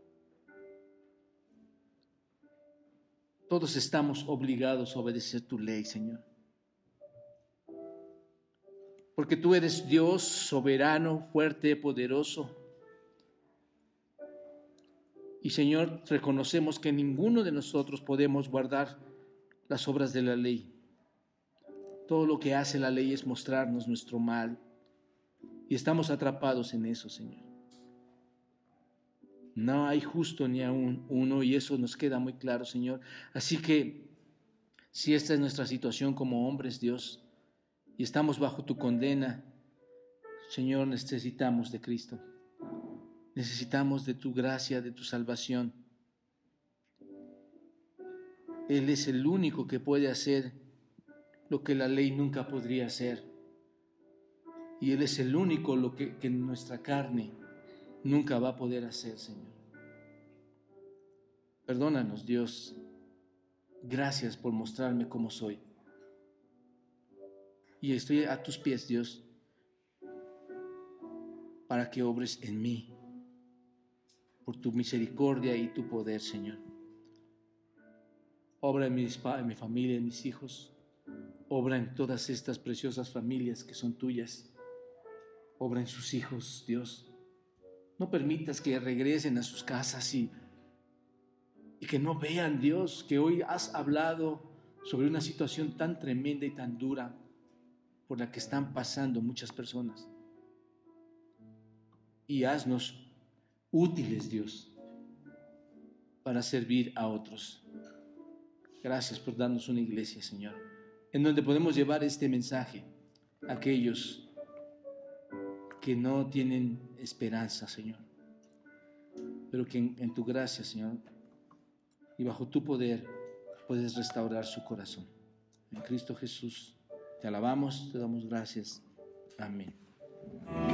Todos estamos obligados a obedecer tu ley, Señor. Porque tú eres Dios soberano, fuerte, poderoso. Y Señor, reconocemos que ninguno de nosotros podemos guardar las obras de la ley. Todo lo que hace la ley es mostrarnos nuestro mal. Y estamos atrapados en eso, Señor. No hay justo ni aún uno, y eso nos queda muy claro, Señor. Así que, si esta es nuestra situación como hombres, Dios, y estamos bajo tu condena, Señor, necesitamos de Cristo. Necesitamos de tu gracia, de tu salvación. Él es el único que puede hacer lo que la ley nunca podría hacer. Y Él es el único lo que, que nuestra carne nunca va a poder hacer, Señor. Perdónanos, Dios. Gracias por mostrarme cómo soy. Y estoy a tus pies, Dios, para que obres en mí, por tu misericordia y tu poder, Señor. Obra en mi, en mi familia, en mis hijos. Obra en todas estas preciosas familias que son tuyas. Obra en sus hijos, Dios. No permitas que regresen a sus casas y, y que no vean, Dios, que hoy has hablado sobre una situación tan tremenda y tan dura por la que están pasando muchas personas. Y haznos útiles, Dios, para servir a otros. Gracias por darnos una iglesia, Señor, en donde podemos llevar este mensaje a aquellos que no tienen esperanza, Señor, pero que en, en tu gracia, Señor, y bajo tu poder puedes restaurar su corazón. En Cristo Jesús te alabamos, te damos gracias. Amén.